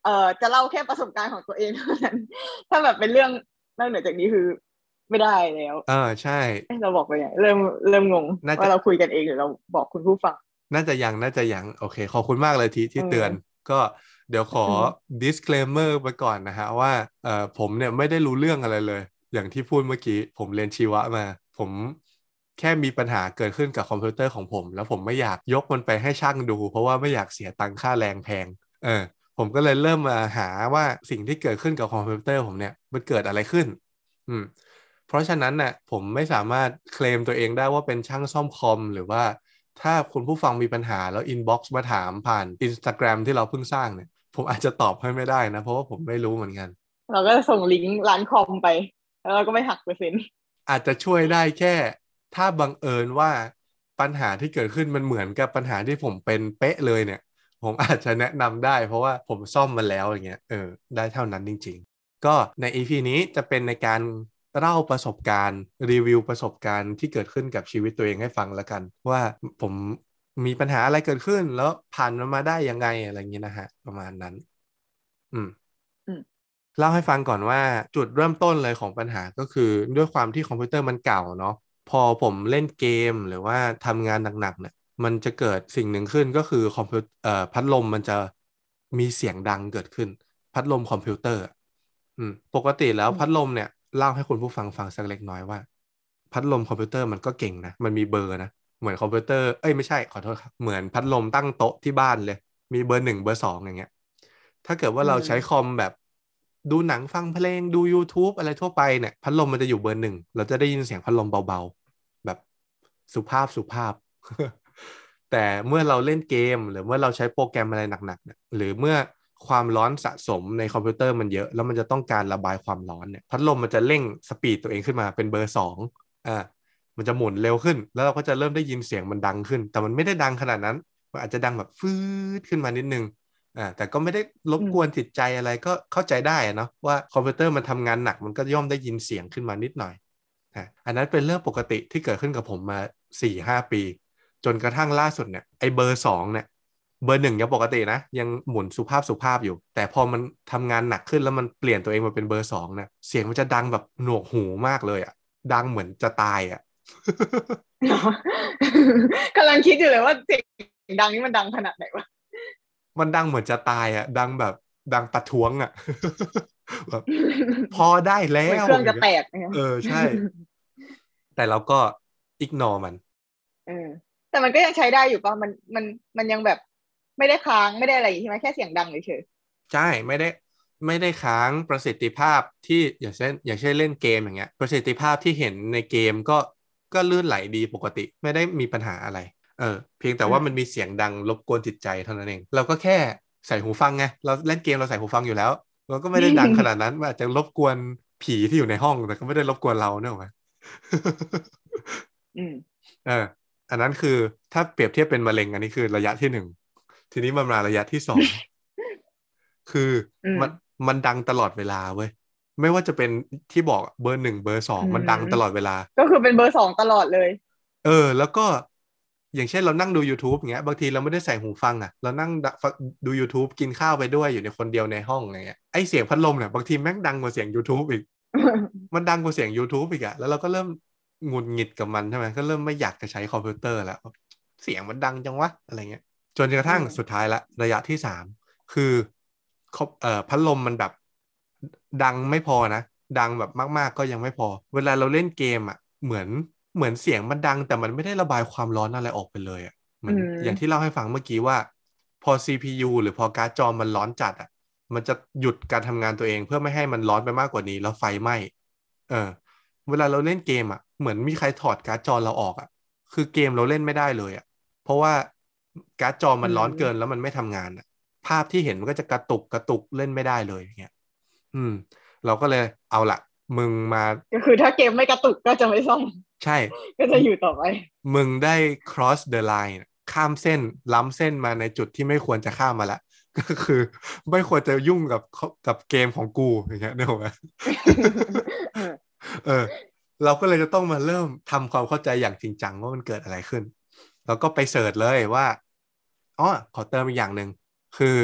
เอ่อจะเล่าแค่ประสบการณ์ของตัวเองเท่านั้นถ้าแบบเป็นเรื่องนอกเหนือจากนี้คือไม่ได้แล้วเออใช่เอ๊ะเราบอกไปยังเริ่มเริ่มงงน่าจะว่าเราคุยกันเองหรือเราบอกคุณผู้ฟังน่าจะยังน่าจะยังโอเคขอบคุณมากเลยที่เอที่เตือนอก็เดี๋ยวขออืม disclaimer ไปก่อนนะฮะว่าเอ่อผมเนี่ยไม่ได้รู้เรื่องอะไรเลยอย่างที่พูดเมื่อกี้ผมเรียนชีวะมาผมแค่มีปัญหาเกิดขึ้นกับคอมพิวเตอร์ของผมแล้วผมไม่อยากยกมันไปให้ช่างดูเพราะว่าไม่อยากเสียตังค่าแรงแพงเออผมก็เลยเริ่มมาหาว่าสิ่งที่เกิดขึ้นกับคอมพิวเตอร์ผมเนี่ยมันเกิดอะไรขึ้นอืมเพราะฉะนั้นน่ะผมไม่สามารถเคลมตัวเองได้ว่าเป็นช่างซ่อมคอมหรือว่าถ้าคุณผู้ฟังมีปัญหาแล้วอินบ็อกซ์มาถามผ่าน Instagram ที่เราเพิ่งสร้างเนี่ยผมอาจจะตอบให้ไม่ได้นะเพราะว่าผมไม่รู้เหมือนกันเราก็ส่งลิงก์ร้านคอมไปแล้วเราก็ไม่หักเปอร์เซ็นต์อาจจะช่วยได้แค่ถ้าบังเอิญว่าปัญหาที่เกิดขึ้นมันเหมือนกับปัญหาที่ผมเป็นเป๊ะเลยเนี่ยผมอาจจะแนะนำได้เพราะว่าผมซ่อมมาแล้วอย่างเงี้ยเออได้เท่านั้นจริงๆก็ใน อี พี นี้จะเป็นในการเล่าประสบการณ์รีวิวประสบการณ์ที่เกิดขึ้นกับชีวิตตัวเองให้ฟังแล้วกันว่าผมมีปัญหาอะไรเกิดขึ้นแล้วผ่านมันมาได้ยังไงอะไรอย่างเงี้ยนะฮะประมาณนั้นอืมอืมเล่าให้ฟังก่อนว่าจุดเริ่มต้นเลยของปัญหาก็คือด้วยความที่คอมพิวเตอร์มันเก่าเนาะพอผมเล่นเกมหรือว่าทำงานหนักๆเนี่ยมันจะเกิดสิ่งหนึ่งขึ้นก็คือคอมพิวเอ่อพัดลมมันจะมีเสียงดังเกิดขึ้นพัดลมคอมพิวเตอร์อะอืมปกติแล้วอืมพัดลมเนี่ยเล่าให้คุณผู้ฟังฟังสักเล็กน้อยว่าพัดลมคอมพิวเตอร์มันก็เก่งนะมันมีเบอร์นะเหมือนคอมพิวเตอร์เอ้ยไม่ใช่ขอโทษครับเหมือนพัดลมตั้งโต๊ะที่บ้านเลยมีเบอร์หนึ่งเบอร์สองอย่างเงี้ย ถ้าเกิดว่าอืเราใช้คมอมแบบดูหนังฟังเพลงดู YouTube อะไรทั่วไปเนี่ยพัดลมมันจะอยู่เบอร์หนึ่งเราจะได้ยินเสียงพัดลมเบาๆแบบสุภาพสุภาพแต่เมื่อเราเล่นเกมหรือเมื่อเราใช้โปรแกรมอะไรหนักๆเนี่ยหรือเมื่อความร้อนสะสมในคอมพิวเตอร์มันเยอะแล้วมันจะต้องการระบายความร้อนเนี่ยพัดลมมันจะเร่งสปีดตัวเองขึ้นมาเป็นเบอร์สองอ่ามันจะหมุนเร็วขึ้นแล้วเราก็จะเริ่มได้ยินเสียงมันดังขึ้นแต่มันไม่ได้ดังขนาดนั้นมันอาจจะดังแบบฟืดขึ้นมานิดนึง อ่าแต่ก็ไม่ได้รบอืมกวนจิตใจอะไรก็เข้าใจได้อะเนาะว่าคอมพิวเตอร์มันทำงานหนักมันก็ย่อมได้ยินเสียงขึ้นมานิดหน่อยอ่าอันนั้นเป็นเรื่องปกติที่เกิดขึ้นกับผมมาสี่ห้าปีจนกระทั่งล่าสุดเนี่ยไอ้เบอร์สองเนี่ยเบอร์หนึ่งยังปกตินะยังหมุนสุภาพสุภาพอยู่แต่พอมันทำงานหนักขึ้นแล้วมันเปลี่ยนตัวเองมาเป็นเบอร์สองเนี่ยเสียงมันจะดังแบบหนวกหูมากเลยอ่ะดังเหมือนจะตายอ่ะเนาะกำลังคิดอยู่เลยว่าเสียงดังนี่มันดังขนาดไหนวะมันดังเหมือนจะตายอ่ะดังแบบดังประท้วงอ่ะ แบบพอได้แล้เหมือนวเครื่องอย่างเงี้ยจะแตกเนี่ยเออใช่แต่เราก็อิกนอมันเออแต่มันก็ยังใช้ได้อยู่ป่ะมันมันมันยังแบบไม่ได้ค้างไม่ได้อะไรอย่างงี้ใช่ไหมแค่เสียงดังเฉยใช่ไม่ได้ไม่ได้ค้างประสิทธิภาพที่อย่างเช่นอย่างเช่นเล่นเกมอย่างเงี้ยประสิทธิภาพที่เห็นในเกมก็ก็ลื่นไหลดีปกติไม่ได้มีปัญหาอะไรเออเพียงแต่ๆอืมว่ามันมีเสียงดังรบกวนจิตใจเท่านั้นเองเราก็แค่ใส่หูฟังไงเราเล่นเกมเราใส่หูฟังอยู่แล้วเราก็ไม่ได้ดังขนาดนั้นมันอาจจะรบกวนผีที่อยู่ในห้องแต่ก็ไม่ได้รบกวนเราเนอะไหมอืมเอออันนั้นคือถ้าเปรียบเทียบเป็นมะเร็งอันนี้คือระยะที่หนึ่งทีนี้มันมาระยะที่สองคืออืมมันมันดังตลอดเวลาเว้ยไม่ว่าจะเป็นที่บอกเบอร์หนึ่งเบอร์สองอืมันดังตลอดมเวลาก็คือเป็นเบอร์สองตลอดเลยเออแล้วก็อย่างเช่นเรานั่งดู YouTube อย่างเงี้ยบางทีเราไม่ได้ใส่หูฟังอ่ะเรานั่งดฟังดู YouTube กินข้าวไปด้วยอยู่ในคนเดียวในห้องอะไรเงี้ยไอเสียงพัดลมเนี่ยบางทีแม่งดังกว่าเสียง YouTube อีกมันดังกว่าเสียง YouTube อีกอะแล้วเราก็เริ่มหงุดหงิดกับมันใช่ไหมก็เริ่มไม่อยากจะใช้คอมพิวเตอร์แล้ว เสียงมันดังจังวะอะไรเงี้ยจนกระอืทั่งมสุดท้ายละระยะที่สามคือเขาเอ่อพัดลมมันแบบดังไม่พอนะดังแบบมากๆก็ยังไม่พอเวลาเราเล่นเกมอ่ะเหมือนเหมือนเสียงมันดังแต่มันไม่ได้ระบายความร้อนอะไรออกไปเลยอ่ะเหมือือนอย่างที่มเล่าให้ฟังเมื่อกี้ว่าพอ ซี พี ยู หรือพอการ์ดจอมันร้อนจัดอ่ะมันจะหยุดการทำงานตัวเองเพื่อไม่ให้มันร้อนไปมากกว่านี้แล้วไฟไหม้เออเวลาเราเล่นเกมอ่ะเหมือนมีใครถอดการ์ดจอเราออกอ่ะคือเกมเราเล่นไม่ได้เลยอ่ะ เพราะว่าการ์ดจออืมันร้อนเกินมแล้วมันไม่ทำงานอะภาพที่เห็นมันก็จะกระตุกกระตุกเล่นไม่ได้เลยอย่างเงี้ยอืมเราก็เลยเอาละมึงมาก็คือถ้าเกมไม่กระตุกก็จะไม่ซ่อมใช่ก็จะอยู่ต่อไปมึงได้ cross the line ข้ามเส้นล้ำเส้นมาในจุดที่ไม่ควรจะข้ามมาละก็คือไม่ควรจะยุ่งกับกับเกมของกูอย่างเงี้ยนึกออกไหมเออเออเราก็เลยจะต้องมาเริ่มทำความเข้าใจอย่างจริงจังว่ามันเกิดอะไรขึ้นแล้วก็ไปเสิร์ชเลยว่าอ๋อขอเติมอีกอย่างหนึ่งคือ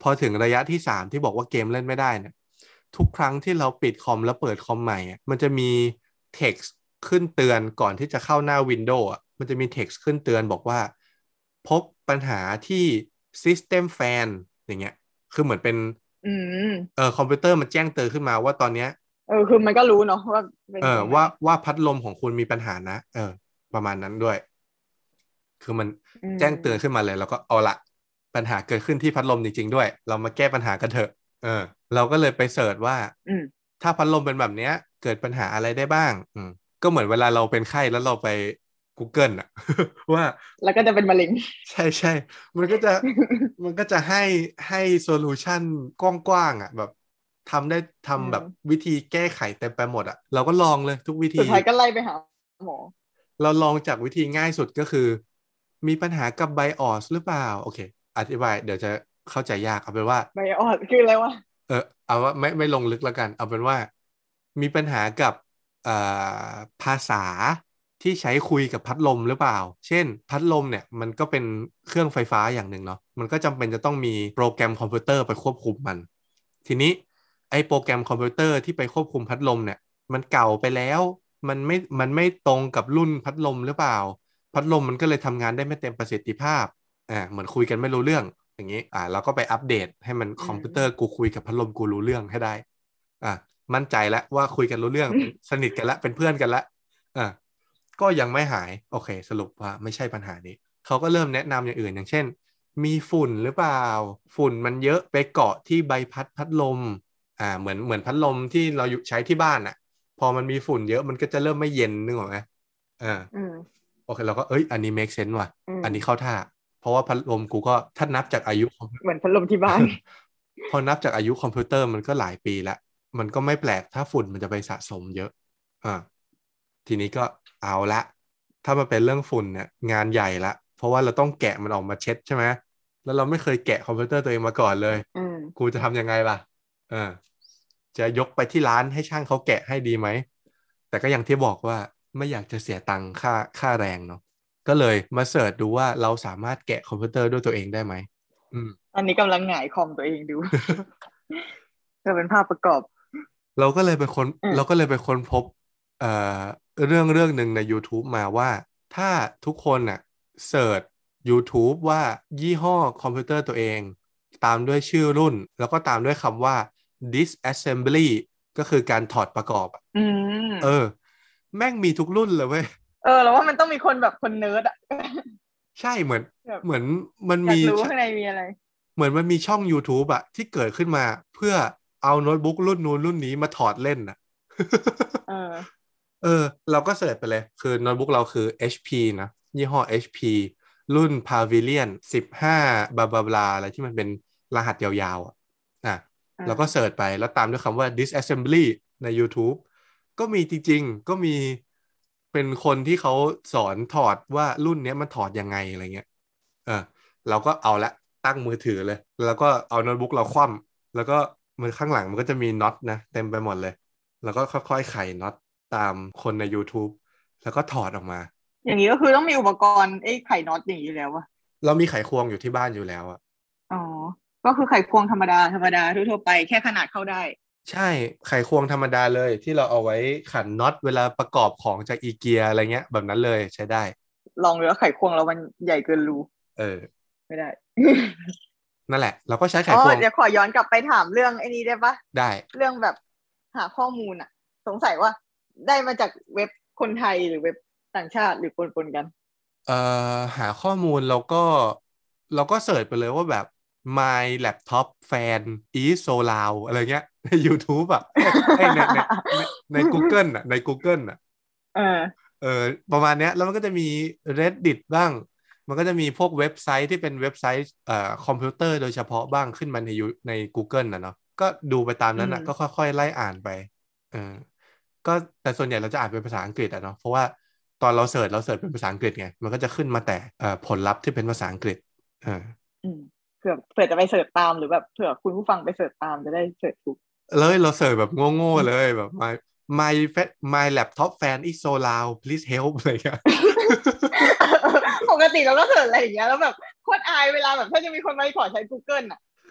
พอถึงระยะที่สามที่บอกว่าเกมเล่นไม่ได้เนี่ยทุกครั้งที่เราปิดคอมแล้วเปิดคอมใหม่อะมันจะมี text ขึ้นเตือนก่อนที่จะเข้าหน้า Windows อ่ะมันจะมี text ขึ้นเตือนบอกว่าพบปัญหาที่ System Fan อย่างเงี้ยคือเหมือนเป็นอืมเออคอมพิวเตอร์มันแจ้งเตือนขึ้นมาว่าตอนเนี้ยเออคือมันก็รู้เนาะว่าเป็นเออตรงไหนว่าว่าพัดลมของคุณมีปัญหานะเออประมาณนั้นด้วยคือมันอืแจ้งเตือนขึ้มนมาเลยแล้วก็เอาละปัญหาเกิดขึ้นที่พัดลมจริงๆด้วยเรามาแก้ปัญหากันเถอะเออเราก็เลยไปเสิร์ชว่าอืมถ้าพัดลมเป็นแบบเนี้ยเกิดปัญหาอะไรได้บ้างอืมก็เหมือนเวลาเราเป็นไข้แล้วเราไป Google อะ ว่าแล้วก็จะเป็นมะเร็งใช่ใช่มันก็จะมันก็จะให้ให้โซลูชันกว้างๆอ่ะแบบทำได้อืทำแบบมวิธีแก้ไขเต็มไปหมดอ่ะเราก็ลองเลยทุกวิธีสุดท้ายก็ไล่ไปหาหมอเราลองจากวิธีง่ายสุดก็คือมีปัญหากับไบออสหรือเปล่าโอเคอธิบายเดี๋ยวจะเข้าใจยากเอาเป็นว่าไบออดคืออะไรวะเออเอาว่าไม่ไม่ลงลึกแล้วกันเอาเป็นว่ามีปัญหากับเอ่อภาษาที่ใช้คุยกับพัดลมหรือเปล่าเช่นพัดลมเนี่ยมันก็เป็นเครื่องไฟฟ้าอย่างหนึ่งเนาะมันก็จำเป็นจะต้องมีโปรแกรมคอมพิวเตอร์ไปควบคุมมันทีนี้ไอ้โปรแกรมคอมพิวเตอร์ที่ไปควบคุมพัดลมเนี่ยมันเก่าไปแล้วมันไม่มันไม่ตรงกับรุ่นพัดลมหรือเปล่าพัดลมมันก็เลยทำงานได้ไม่เต็มประสิทธิภาพอ่าเหมือนคุยกันไม่รู้เรื่องอย่างนี้อ่าเราก็ไปอัปเดตให้มันอืคอมพิวเตอร์มกูคุยกับพัดลมกูรู้เรื่องให้ได้อ่ามั่นใจแล้วว่าคุยกันรู้เรื่องเป็นสนิทกันแล้วเป็นเพื่อนกันแล้วอ่าก็ยังไม่หายโอเคสรุปว่าไม่ใช่ปัญหานี้เขาก็เริ่มแนะนำอย่างอื่นอย่างเช่นมีฝุ่นหรือเปล่าฝุ่นมันเยอะไปเกาะที่ใบพัดพัดลมอ่าเหมือนเหมือนพัดลมที่เราอยู่ใช้ที่บ้านอ่ะพอมันมีฝุ่นเยอะมันก็จะเริ่มไม่เย็นนึกออกไหมอ่าอืมโอเคเราก็เอ้ยอันนี้ make sense ว่ะอืมอันนี้เข้าท่าเพราะว่าพัดลมกูก็ถ้านับจากอายุของเหมือนพัดลมที่บ้านพอนับจากอายุคอมพิวเตอร์มันก็หลายปีแล้วมันก็ไม่แปลกถ้าฝุ่นมันจะไปสะสมเยอะอ่าทีนี้ก็เอาละถ้ามันเป็นเรื่องฝุ่นเนี่ยงานใหญ่ละเพราะว่าเราต้องแกะมันออกมาเช็ดใช่ไหมแล้วเราไม่เคยแกะคอมพิวเตอร์ตัวเองมาก่อนเลยอืมกูจะทำยังไงล่ะอ่าจะยกไปที่ร้านให้ช่างเขาแกะให้ดีไหมแต่ก็อย่างที่บอกว่าไม่อยากจะเสียตังค่าค่าแรงเนาะก็เลยมาเสิร์ชดูว่าเราสามารถแกะคอมพิวเตอร์ด้วยตัวเองได้ไหมอืมตอนนี้กำลังหงายคอมตัวเองดูเพื่อเป็นภาพประกอบเราก็เลยไปค้นอืมเราก็เลยไปค้นพบเอ่อเรื่องเรื่องหนึ่งใน YouTube มาว่าถ้าทุกคนน่ะเสิร์ช YouTube ว่ายี่ห้อคอมพิวเตอร์ตัวเองตามด้วยชื่อรุ่นแล้วก็ตามด้วยคำว่า disassembly ก็คือการถอดประกอบอะอืเอมอแม่งมีทุกรุ่นเลยเว้ยเออแล้วว่ามันต้องมีคนแบบคนเนิร์ดอะใช่เหมือนแบบเหมือนมันอยามีกรู้ข้างในมีอะไรเหมือนมันมีช่อง YouTube อะที่เกิดขึ้นมาเพื่อเอาโน้ตบุ๊กรุ่นนู้นรุ่นนี้มาถอดเล่นอะเออเออเราก็เสิร์ชไปเลยคือโน้ตบุ๊กเราคือ เอช พี นะยี่ห้อ เอช พี รุ่น Pavilion สิบห้าบลาบลาบลาอะไรที่มันเป็นรหัสยาวๆอ่ะอ่ะอ่เราก็เสิร์าชไปแล้วตามด้วยคำว่า disassembly ใน YouTube ก็มีจริงๆก็มีเป็นคนที่เขาสอนถอดว่ารุ่นเนี้ยมันถอดยังไงอะไรเงี้ยเออเราก็เอาละตั้งมือถือเลยแล้วก็เอาโน้ตบุ๊กเราคว่ำแล้วก็มือข้างหลังมันก็จะมีน็อตนะเต็มไปหมดเลยแล้วก็ค่อยๆไขน็อต ตามคนใน YouTube แล้วก็ถอดออกมาอย่างนี้ก็คือต้องมีอุปกรณ์ไอ้ไข่น็อตอย่างนี้แล้ววะเรามีไขควงอยู่ที่บ้านอยู่แล้วอะอ๋อก็คือไข่ควงธรรมดาธรรมดาทั่วๆไปแค่ขนาดเข้าได้ใช่ไขควงธรรมดาเลยที่เราเอาไว้ขันน็อตเวลาประกอบของจากอีเกียอะไรเงี้ยแบบนั้นเลยใช้ได้ลองดูว่าไข่ควงเรามันใหญ่เกินรูเออไม่ได้นั่นแหละเราก็ใช้ไขอ๋อควงเดี๋ยวขอย้อนกลับไปถามเรื่องไอ้นี้ได้ปะได้เรื่องแบบหาข้อมูลอะสงสัยว่าได้มาจากเว็บคนไทยหรือเว็บต่างชาติหรือปนๆกันเอ่อหาข้อมูลเราก็เราก็เสิร์ชไปเลยว่าแบบ my laptop fan is so loud อะไรเงี้ยใน YouTube อ่ะเอ้ยในในในใน Google อ่ะใน Google อ่ะเออเออประมาณเนี้ยแล้วมันก็จะมี Reddit บ้างมันก็จะมีพวกเว็บไซต์ที่เป็นเว็บไซต์เอ่อคอมพิวเตอร์โดยเฉพาะบ้างขึ้นมาในยูใน Google นะเนาะก็ดูไปตามอืมนั้นนะก็ค่อยๆไล่อ่านไปเออก็แต่ส่วนใหญ่เราจะอ่านเป็นภาษาอังกฤษอะเนาะเพราะว่าตอนเราเสิร์ชเราเสิร์ชเป็นภาษาอังกฤษไงมันก็จะขึ้นมาแต่เอ่อผลลัพธ์ที่เป็นภาษาอังกฤษเอออืมเผื่อเผื่อจะไปเสิร์ชตามหรือแบบเผื่อคุณผู้ฟังไปเสิร์ชตามจะได้เสิร์ชถูกเลยเราเสิร์ชแบบโง่ๆเลยแบบ my my fa- my laptop fan is so loud please help อะไรเงี้ยปกติเราก็เสิร์ชอะไรอย่างเงี้ยแล้วแบบโคตรอายเวลาแบบถ้าจะมีคนมาขอใช้ Google อ่ะ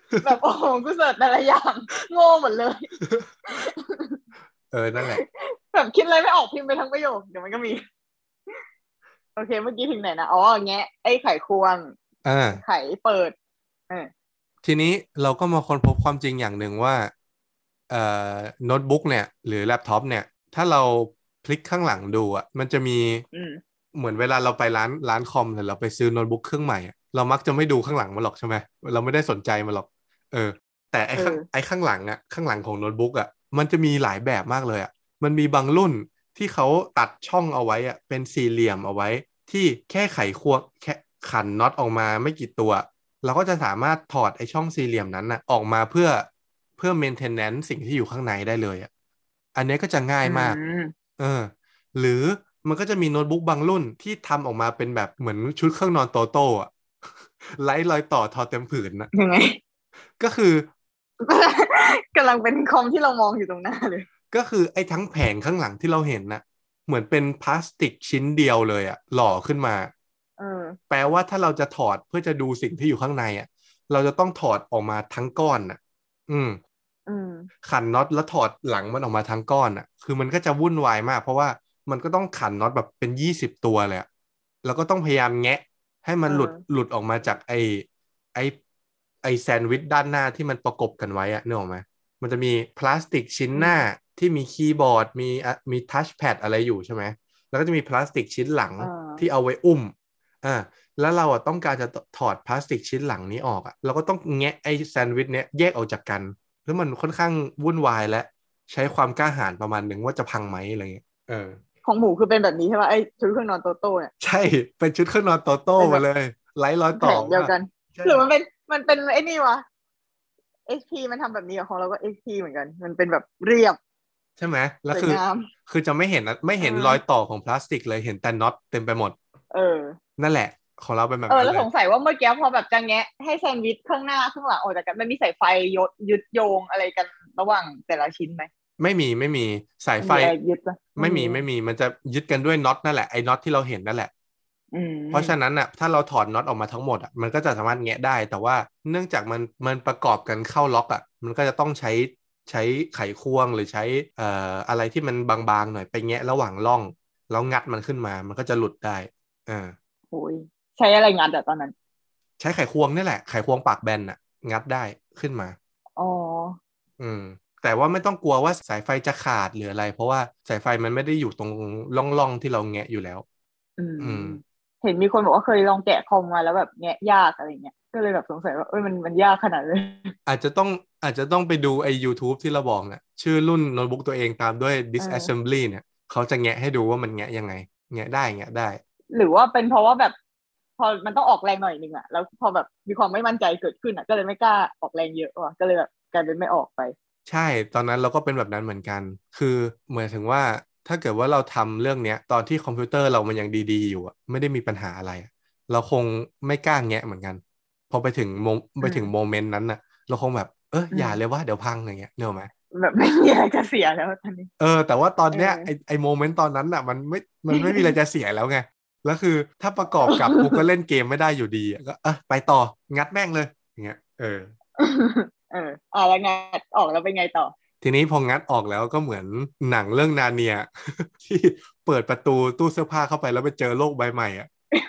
แบบโอ้โหกูเสิร์ชแต่ละอย่างโง่หมดเลยเออนั่นแหละแบบคิดอะไรไม่ออกพิมพ์ไปทั้งประโยคเดี๋ยวมันก็มี โอเคเมื่อกี้ถึงไหนนะอ๋อแงะไอ้ไขควงอ่าไขเปิดเออทีนี้เราก็มาค้นพบความจริงอย่างหนึ่งว่าเอ่อโน้ตบุ๊กเนี่ยหรือแล็ปท็อปเนี่ยถ้าเราพลิกข้างหลังดูอ่ะมันจะมีอืมเหมือนเวลาเราไปร้านร้านคอมหรือเราไปซื้อโน้ตบุ๊กเครื่องใหม่อะเรามักจะไม่ดูข้างหลังมันหรอกใช่ไหมเราไม่ได้สนใจมันหรอกเออแต่ไอ้ข้างเออไอ้ข้างหลังอ่ะข้างหลังของโน้ตบุ๊กอ่ะมันจะมีหลายแบบมากเลยอ่ะมันมีบางรุ่นที่เขาตัดช่องเอาไว้อ่ะเป็นสี่เหลี่ยมเอาไว้ที่แค่ไขควงแค่ขันน็อตออกมาไม่กี่ตัวเราก็จะสามารถถอดไอ้ช่องสี่เหลี่ยมนั้นน่ะออกมาเพื่อเพื่อ maintenance สิ่งที่อยู่ข้างในได้เลยอ่ะอันนี้ก็จะง่ายอืมากมเออหรือมันก็จะมีโน้ตบุ๊กบางรุ่นที่ทำออกมาเป็นแบบเหมือนชุดเครื่องนอนโตโต้อะ ไร้รอยต่อทอเต็มผืนนะยังไงก็คือกำลังเป็นคอมที่เรามองอยู่ตรงหน้าเลยก็คือไอ้ทั้งแผงข้างหลังที่เราเห็นน่ะเหมือนเป็นพลาสติกชิ้นเดียวเลยอะหล่อขึ้นมาเออแปลว่าถ้าเราจะถอดเพื่อจะดูสิ่งที่อยู่ข้างในอะเราจะต้องถอดออกมาทั้งก้อนน่ะ อืมอืมขันน็อตแล้วถอดหลังมันออกมาทั้งก้อนอ่ะคือมันก็จะวุ่นวายมากเพราะว่ามันก็ต้องขันน็อตแบบเป็นยี่สิบตัวเลยอะแล้วก็ต้องพยายามแงะให้มันเออหลุดหลุดออกมาจากไอไอไอแซนด์วิชด้านหน้าที่มันประกบกันไว้อะนึกออกไหมมันจะมีพลาสติกชิ้นอืหน้ามที่มีคีย์บอร์ดมีอะมีทัชแพดอะไรอยู่ใช่ไหมแล้วก็จะมีพลาสติกชิ้นหลังเออที่เอาไว้อุ้มอ่าแล้วเราอ่ะต้องการจะถอดพลาสติกชิ้นหลังนี้ออกอ่ะเราก็ต้องแงะไอแซนด์วิชเนี้ยแยกออกจากกัน แล้วมันค่อนข้างวุ่นวายและใช้ความกล้าหาญประมาณหนึ่งว่าจะพังไหมอะไรเงี้ยเออของหมูคือเป็นแบบนี้ใช่ป่ะไอ้ชุดเครื่องนอนโตโต้เนี่ยใช่เป็นชุดเครื่องนอนโตโต้เป็นแบบมาเลยไร้รอยแผต่อมากงเดียวกันใช่หรือมันเป็นมันเป็นไอ้นี่วะ เอช พี มันทำแบบนี้กับของเราก็ เอช พี เหมือนกัน มันเป็นแบบเรียบใช่ไหมแล้วคือสวยงามคือจะไม่เห็นนะไม่เอเห็นรอยอต่อของพลาสติกเลยเห็นแต่น็อตเต็มไปหมดเออนั่นแหละของเราเป็นแบเออแล้วบนั้นเลยสงสัยว่าเมื่อกี้พอแบบจะแงะให้แซนด์วิชข้างหน้าข้างหลังออกจากกันมันมีสายไฟยดยึดโยงอะไรกันระหว่างแต่ละชิ้นไหมไม่มีไม่มีสายไฟมันมีอะไรยึดปะไม่ไม่มีมีไม่มีมันจะยึดกันด้วยน็อตนั่นแหละไอ้น็อตที่เราเห็นนั่นแหละอืเพราะฉะมนั้นอ่ะถ้าเราถอดน็อตออกมาทั้งหมดอ่ะมันก็จะสามารถแงะได้แต่ว่าเนื่องจากมันมันประกอบกันเข้าล็อกอ่ะมันก็จะต้องใช้ใช้ไขควงหรือใช้เอ่ออะไรที่มันบางๆหน่อยไปแงะระหว่างร่องแล้วงัดมันขึ้นมามันก็จะหลุดได้อ่าโอ้ยใช้อะไรงัดอะตอนนั้นใช้ไขควงนี่แหละไขควงปากแบนอ่ะงัดได้ขึ้นมาอ๋ออืมแต่ว่าไม่ต้องกลัวว่าสายไฟจะขาดหรืออะไรเพราะว่าสายไฟมันไม่ได้อยู่ตรงร่องๆที่เราแงะอยู่แล้วอืมอืมเห็นมีคนบอกว่าเคยลองแกะคอมมาแล้วแบบแงะยากอะไรเงี้ยก็เลยแบบสงสัยว่าเอ้ยมันมันยากขนาดเลยอาจจะต้องอาจจะต้องไปดูไอ้ YouTube ที่เราบอกเนี่ยชื่อรุ่นโน้ตบุ๊กตัวเองตามด้วยเออ disassembly เนี่ยเขาจะแงะให้ดูว่ามันแงะยังไงแงะได้แงะได้หรือว่าเป็นเพราะว่าแบบพอมันต้องออกแรงหน่อยนึงอะแล้วพอแบบมีความไม่มั่นใจเกิดขึ้นอะก็เลยไม่กล้าออกแรงเยอะว่ะก็เลยแบบกลายเป็นไม่ออกไปใช่ตอนนั้นเราก็เป็นแบบนั้นเหมือนกันคือเหมือนถึงว่าถ้าเกิดว่าเราทำเรื่องเนี้ยตอนที่คอมพิวเตอร์เรามันยังดีๆอยู่อะไม่ได้มีปัญหาอะไรอะเราคงไม่กล้าแงะเหมือนกันพอไปถึงโมไปอืถึงโมมเมนต์นั้นน่ะเราคงแบบเอออืมอย่าเลยว่าเดี๋ยวพังอย่างเงี้ยเนอะไหมแบบไม่มีอะไรจะเสียแล้วตอนนี้เออแต่ว่าตอนเอเนี้ยไออไอโมเมนต์ตอนนั้นอ่ะมันไม่มันไม่มีอะไรจะเสียแล้วไงแล้วคือถ้าประกอบกับกูก็เล่นเกมไม่ได้อยู่ดีอะก็เออไปต่องัดแม่งเลยอย่างเงี้ยเออเอออ่าแล้วไงออกแล้วเป็นไงต่อทีนี้พองัดออกแล้วก็เหมือนหนังเรื่องนาเนีย ที่เปิดประตูตู้เสื้อผ้าเข้าไปแล้วไปเจอโลกใบใหม่อ่ะ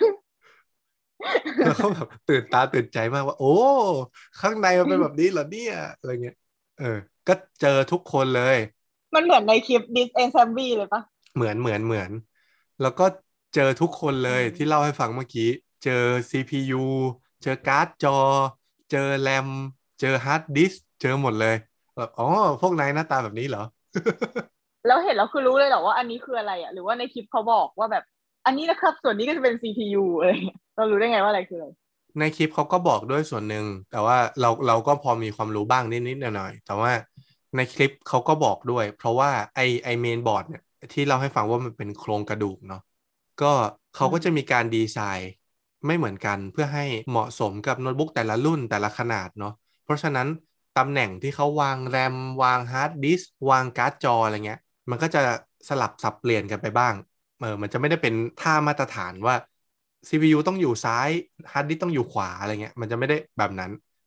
แล้วก็แบบตื่นตาตื่นใจมากว่าโอ้ข้างในมันเป็นแบบนี้เหรอเนี่ยอะไรเงี้ยเออก็เจอทุกคนเลยมันเหมือนในคลิป This Assembly เลยปะเหมือนเหมือนเหมือนแล้วก็เจอทุกคนเลอืยที่เล่ามให้ฟังเมื่อกี้เจอ ซี พี ยู เจอการ์ดจอเจอแรมเจอฮาร์ดดิสก์เจอหมดเลยแบบอ๋อพวกนายหน้าตาแบบนี้เหรอแล้วเห็นแล้วคือรู้เลยเหรอว่าอันนี้คืออะไรอ่ะหรือว่าในคลิปเขาบอกว่าแบบอันนี้นะครับส่วนนี้ก็จะเป็น ซี พี ยู อะไรเงี้ยเรารู้ได้ไงว่าอะไรคืออะไรในคลิปเขาก็บอกด้วยส่วนหนึ่งแต่ว่าเราเราก็พอมีความรู้บ้างนิดๆหน่อยๆแต่ว่าในคลิปเขาก็บอกด้วยเพราะว่าไอไอเมนบอร์ดเนี่ยที่เราให้ฟังว่ามันเป็นโครงกระดูกเนาะก็เขาอืมก็จะมีการดีไซน์ไม่เหมือนกันเพื่อให้เหมาะสมกับโน้ตบุ๊กแต่ละรุ่นแต่ละขนาดเนาะเพราะฉะนั้นตำแหน่งที่เขาวางแรมวางฮาร์ดดิสก์วางการ์ดจออะไรเงี้ยมันก็จะสลับสับเปลี่ยนกันไปบ้างเออมันจะไม่ได้เป็นท่ามาตรฐานว่า ซี พี ยู ต้องอยู่ซ้ายฮาร์ดดิสก์ต้องอยู่ขวาอะไรเงี้ยมันจะไม่ได้แบบนั้น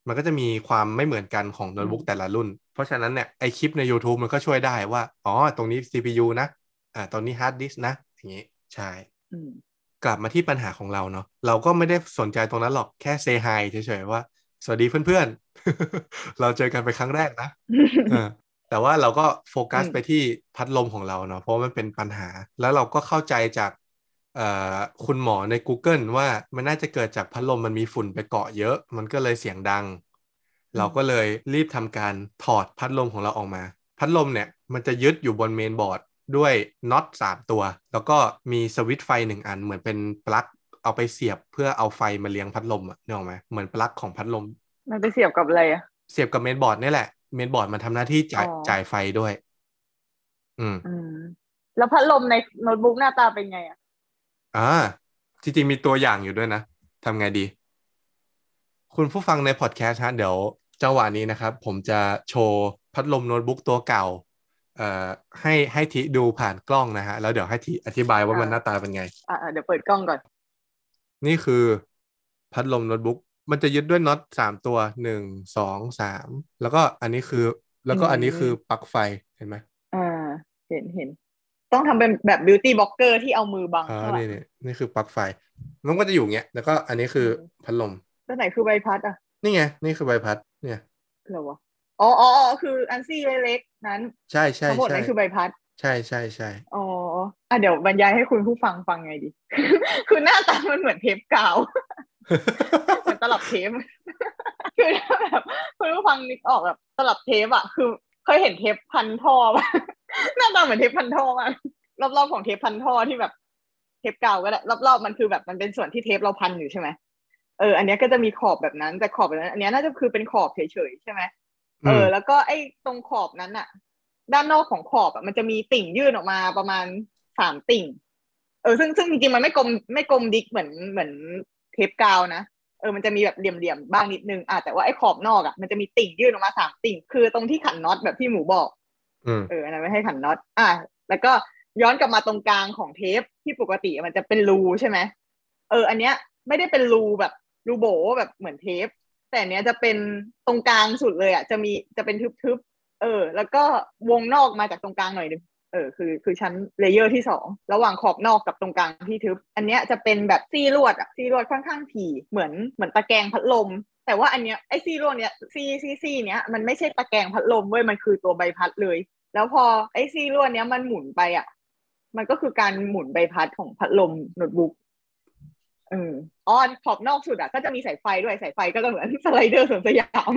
มันก็จะมีความไม่เหมือนกันของโน้ตบุ๊กแต่ละรุ่นเพราะฉะนั้นเนี่ยไอคลิปใน YouTube มันก็ช่วยได้ว่าอ๋อตรงนี้ ซี พี ยู นะอ่าตรงนี้ฮาร์ดดิสก์นะอย่างนี้ใช่กลับมาที่ปัญหาของเราเนาะเราก็ไม่ได้สนใจตรงนั้นหรอกแค่เซฮายเฉยๆว่าสวัสดีเพื่อนๆ เราเจอกันเป็นครั้งแรกนะเออแต่ว่าเราก็โฟกัสไปที่พัดลมของเราเนาะเพราะมันเป็นปัญหาแล้วเราก็เข้าใจจากเอ่อคุณหมอใน Google ว่ามันน่าจะเกิดจากพัดลมมันมีฝุ่นไปเกาะเยอะมันก็เลยเสียงดังเราก็เลยรีบทำการถอดพัดลมของเราออกมาพัดลมเนี่ยมันจะยึดอยู่บนเมนบอร์ดด้วยน็อตสามตัวแล้วก็มีสวิตช์ไฟหนึ่งอันเหมือนเป็นปลั๊กเอาไปเสียบเพื่อเอาไฟมาเลี้ยงพัดลมอ่ะนึกออกไหมเหมือนปลั๊กของพัดลมมันไปเสียบกับอะไรอ่ะเสียบกับเมนบอร์ดนี่แหละเมนบอร์ดมันทำหน้าที่จ่ายจ่ายไฟด้วยอืมอืมแล้วพัดลมในโน้ตบุ๊กหน้าตาเป็นไงอ่ะอ่าจริงๆมีตัวอย่างอยู่ด้วยนะทำไงดีคุณผู้ฟังในพอดแคสต์ฮะเดี๋ยวจังหวะนี้นะครับผมจะโชว์พัดลมโน้ตบุ๊กตัวเก่าเอ่อให้ให้ทิดูผ่านกล้องนะฮะแล้วเดี๋ยวให้ทิอธิบายว่ามันหน้าตาเป็นไงอ่าเดี๋ยวเปิดกล้องก่อนนี่คือพัดลมโน้ตบุ๊กมันจะยึดด้วยน็อตสามตัวหนึ่งสองสามแล้วก็อันนี้คือแล้วก็อันนี้คือปลั๊กไฟเห็นไหมอ่าเห็นเห็นต้องทำเป็นแบบบิวตี้บล็อกเกอร์ที่เอามือบังอ๋อข้างหลันี่งนี่นี่คือปลั๊กไฟมันก็จะอยู่เงี้ยแล้วก็อันนี้คือพัดลมแล้วไหนคือใบพัดอ่ะนี่ไงนี่คือใบพัดเนี่ยเหรอวะอ๋ออ๋ออ๋อคืออันซี่เล็กๆนั้นใช่ใช่ทั้งหมดใช่นั้นคือใบพัดใช่ใช่ใช่อ๋ออ่ะเดี๋ยวบรรยายให้คุณผู้ฟังฟังไงดี คือหน้าตามันเหมือนเทปกาว เหมือนตลับเทป คือถ้าแบบคุณผู้ฟังนึกออกแบบตลับเทปอะคือเคยเห็นเทปพันท่อป่ะ หน้าตาเหมือนเทปพันท่อมากรอบๆของเทปพันท่อที่แบบเทปกาวก็ได้รอบๆมันคือแบบมันเป็นส่วนที่เทปเราพันอยู่ใช่ไหมเอออันนี้ก็จะมีขอบแบบนั้นแต่ขอบแบบนั้นอันนี้น่าจะคือเป็นขอบเฉยๆใช่ไหมเออแล้วก็ไอ้ตรงขอบนั้นอะด้านนอกของขอบอะมันจะมีติ่งยื่นออกมาประมาณสามติ่งเออซึ่งซึ่งจริงๆมันไม่กลมไม่กลมดิกเหมือนเหมือนเทปกาวนะเออมันจะมีแบบเหลี่ยมๆบ้างนิดนึงอ่ะแต่ว่าไอ้ขอบนอกอ่ะมันจะมีติ่งยื่นออกมาสามติ่งคือตรงที่ขันน็อตแบบที่หมูบอกเอออันนั้นไม่ให้ขันน็อตอ่ะแล้วก็ย้อนกลับมาตรงกลางของเทปที่ปกติมันจะเป็นรูใช่ไหมเอออันเนี้ยไม่ได้เป็นรูแบบรูโบแบบเหมือนเทปแต่อันเนี้ยจะเป็นตรงกลางสุดเลยอ่ะจะมีจะเป็นทึบๆเออแล้วก็วงนอกมาจากตรงกลางหน่อยนึงเออคือคือชั้นเลเยอร์ที่สองระหว่างขอบนอกกับตรงกลางที่ทึบอันเนี้ยจะเป็นแบบซี่ลวดอะซี่ลวดค่อนข้างถี่เหมือนเหมือนตะแกรงพัดลมแต่ว่าอันเนี้ยไอ้ซี่ลวดเนี้ยซี่ซี่ซี่เนี้ยมันไม่ใช่ตะแกรงพัดลมเว้ยมันคือตัวใบพัดเลยแล้วพอไอ้ซี่ลวดเนี้ยมันหมุนไปอะมันก็คือการหมุนใบพัดของพัดลมโน้ตบุ๊กเอออ๋อขอบนอกสุดอะก็จะมีสายไฟด้วยสายไฟก็จะเหมือนสไลเดอร์สวนสยาม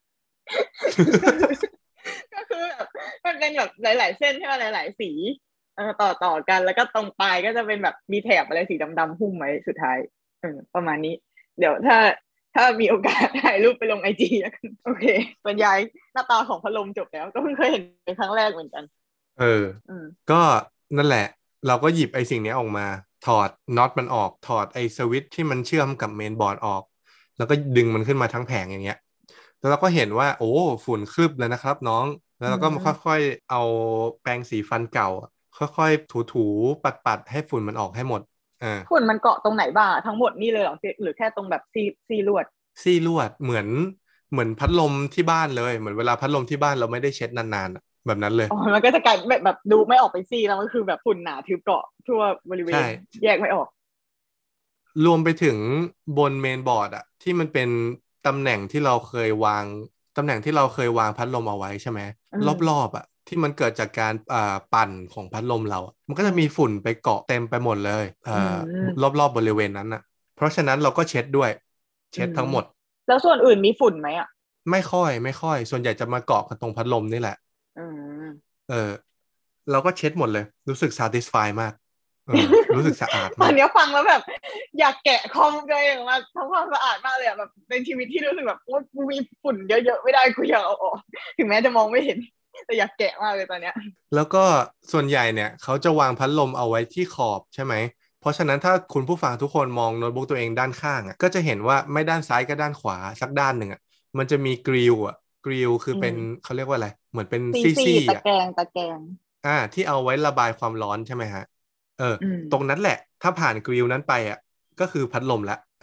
ก็คือแบบมันเป็นแบบหลายๆเส้นใช่ไหมหลายๆสีเออต่อต่อกันแล้วก็ตรงปลายก็จะเป็นแบบมีแถบอะไรสีดำๆหุ้มไว้สุดท้ายเออประมาณนี้เดี๋ยวถ้าถ้ามีโอกาสถ่ายรูปไปลงไอจีแล้วกันโอเคบรรยายหน้าตาของพัดลมจบแล้วก็เพิ่งเคยเห็นเป็นครั้งแรกเหมือนกันเออก็นั่นแหละเราก็หยิบไอ้สิ่งนี้ออกมาถอดน็อตมันออกถอดไอ้สวิตช์ที่มันเชื่อมกับเมนบอร์ดออกแล้วก็ดึงมันขึ้นมาทั้งแผงอย่างเงี้ยแล้วเราก็เห็นว่าโอ้ฝุ่นคืบเลยนะครับน้องแล้วเราก็มาค่อยๆเอาแปรงสีฟันเก่าค่อยๆถูๆปัดๆให้ฝุ่นมันออกให้หมดอ่าฝุ่นมันเกาะตรงไหนบ้างทั้งหมดนี่เลยเหรอหรือแค่ตรงแบบซีซีลวดซี่ลวดเหมือนเหมือนพัดลมที่บ้านเลยเหมือนเวลาพัดลมที่บ้านเราไม่ได้เช็ดนานๆแบบนั้นเลยอ๋อมันก็จะกลายแบบแบบดูไม่ออกไปซีแล้วมันคือแบบฝุ่นหนาทึบเกาะทั่วบริเวณใช่แยกไม่ออกรวมไปถึงบนเมนบอร์ดอะที่มันเป็นตำแหน่งที่เราเคยวางตำแหน่งที่เราเคยวางพัดลมเอาไว้ใช่ไหมรอบๆอะที่มันเกิดจากการอ่าปั่นของพัดลมเราอะมันก็จะมีฝุ่นไปเกาะเต็มไปหมดเลยอ่ารอบๆบริเวณนั้นอะเพราะฉะนั้นเราก็เช็ดด้วยเช็ดทั้งหมดแล้วส่วนอื่นมีฝุ่นไหมอ่ะไม่ค่อยไม่ค่อยส่วนใหญ่จะมาเกาะกันตรงพัดลมนี่แหละเออเราก็เช็ดหมดเลยรู้สึก satisfy มากเออรู้สึกสะอาดตอมากนนี้ฟังแล้วแบบอยากแกะคอมตัวเองมาทำความสะอาดมากเลยอ่ะแบบเป็นชีวิตที่รู้สึกแบบว่ากูมีฝุ่นเยอะๆไม่ได้กูอยากเอาออกถึงแม้จะมองไม่เห็นแต่อยากแกะมากเลยตอนเนี้ยแล้วก็ส่วนใหญ่เนี่ยเขาจะวางพัดลมเอาไว้ที่ขอบใช่ไหมเพราะฉะนั้นถ้าคุณผู้ฟังทุกคนมองโน้ตบุ๊กตัวเองด้านข้างอ่ะก็จะเห็นว่าไม่ด้านซ้ายก็ด้านขวาสักด้านหนึ่งอ่ะมันจะมีกริลอ่ะกริลคือเป็นเขาเรียกว่าอะไรเหมือนเป็นซีซีซี่ๆตะอ่ะแกรงตะแกรงอ่าที่เอาไว้ระบายความร้อนใช่ไหมฮะเออตรงนั้นแหละถ้าผ่านกริลนั้นไปอ่ะก็คือพัดลมละอ่า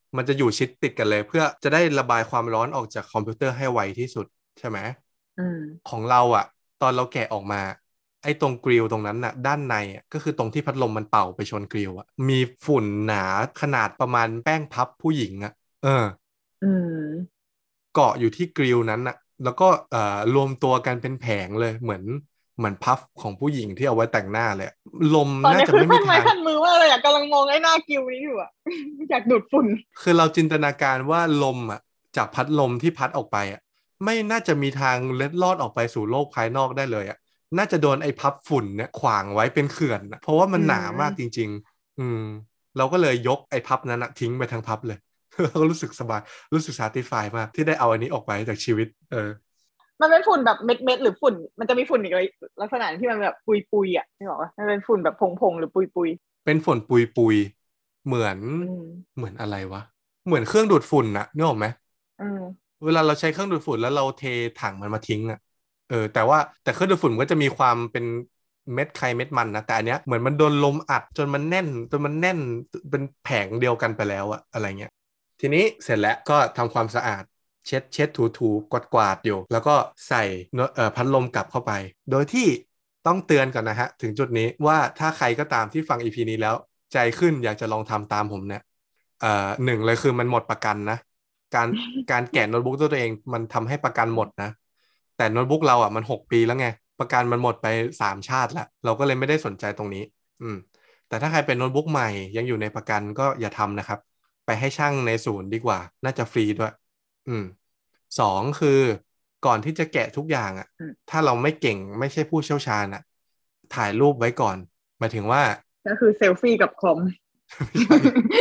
มันจะอยู่ชิดติดกันเลยเพื่อจะได้ระบายความร้อนออกจากคอมพิวเตอร์ให้ไวที่สุดใช่ไหมอืมของเราอ่ะตอนเราแกะออกมาไอ้ตรงกริลตรงนั้นน่ะด้านในอ่ะก็คือตรงที่พัดลมมันเป่าไปชนกริลอ่ะมีฝุ่นหนาขนาดประมาณแป้งพับผู้หญิงอ่ะเอออืมเกาะอยู่ที่กริลนั้นน่ะแล้วก็เอ่อรวมตัวกันเป็นแผงเลยเหมือนเหมือนพัฟของผู้หญิงที่เอาไว้แต่งหน้าเลยลมน่าจะตอนนี้คือไม่มีทางขั้นไม้ขั้นมือมากเลยอะกำลังมองไอ้หน้ากิวนี้อยู่อะ อยากดูดฝุ่นคือเราจินตนาการว่าลมอ่ะจากพัดลมที่พัดออกไปอ่ะไม่น่าจะมีทางเล็ดลอดออกไปสู่โลกภายนอกได้เลยอ่ะน่าจะโดนไอ้พับฝุ่นเนี่ยขวางไว้เป็นเขื่อนอะเพราะว่ามัอืนหนามากจมริงๆอืมเราก็เลยยกไอ้พับนั้นอะทิ้งไปทั้งพับเลยเราก็รู้สึกสบายรู้สึก satisfy มากที่ได้เอาอันนี้ออกไปจากชีวิตเออมันเป็นฝุ่นแบบเม็ดเม็ดหรือฝุ่นมันจะมีฝุ่นอีกเลยลักษณะที่มันแบบปุยปุยอ่ะนี่บอกว่ามันเป็นฝุ่นแบบผงผงหรือปุยปุยเป็นฝนปุยปุยเหมือนอืมเหมือนอะไรวะเหมือนเครื่องดูดฝุ่นนะนึกออกไหมอืมเวลาเราใช้เครื่องดูดฝุ่นแล้วเราเทถังมันมาทิ้งอ่ะเออแต่ว่าแต่เครื่องดูดฝุ่นมันก็จะมีความเป็นเม็ดใครเม็ดมันนะแต่อันเนี้ยเหมือนมันโดนลมอัดจนมันแน่นจนมันแน่นเป็นแผงเดียวกันไปแล้วอะอะไรเงี้ยทีนี้เสร็จแล้วก็ทำความสะอาดเช็ดเช็ดถูถูกวาดกวาดอยู่แล้วก็ใส่เอ่อพัดลมกลับเข้าไปโดยที่ต้องเตือนก่อนนะฮะถึงจุดนี้ว่าถ้าใครก็ตามที่ฟัง อี พี นี้แล้วใจขึ้นอยากจะลองทำตามผมเนี่ย เอ่อหนึ่งเลยคือมันหมดประกันนะการการแกะโน้ตบุ๊กตัวเองมันทำให้ประกันหมดนะแต่โน้ตบุ๊กเราอ่ะมันหกปีแล้วไงประกันมันหมดไปสามชาติละเราก็เลยไม่ได้สนใจตรงนี้อืมแต่ถ้าใครเป็นโน้ตบุ๊กใหม่ยังอยู่ในประกันก็อย่าทำนะครับไปให้ช่างในศูนย์ดีกว่าน่าจะฟรีด้วยอืมสองคือก่อนที่จะแกะทุกอย่างอ่ะอืมถ้าเราไม่เก่งไม่ใช่ผู้เชี่ยวชาญอ่ะถ่ายรูปไว้ก่อนหมายถึงว่าก็คือเซลฟี่กับคอมไม่ใช่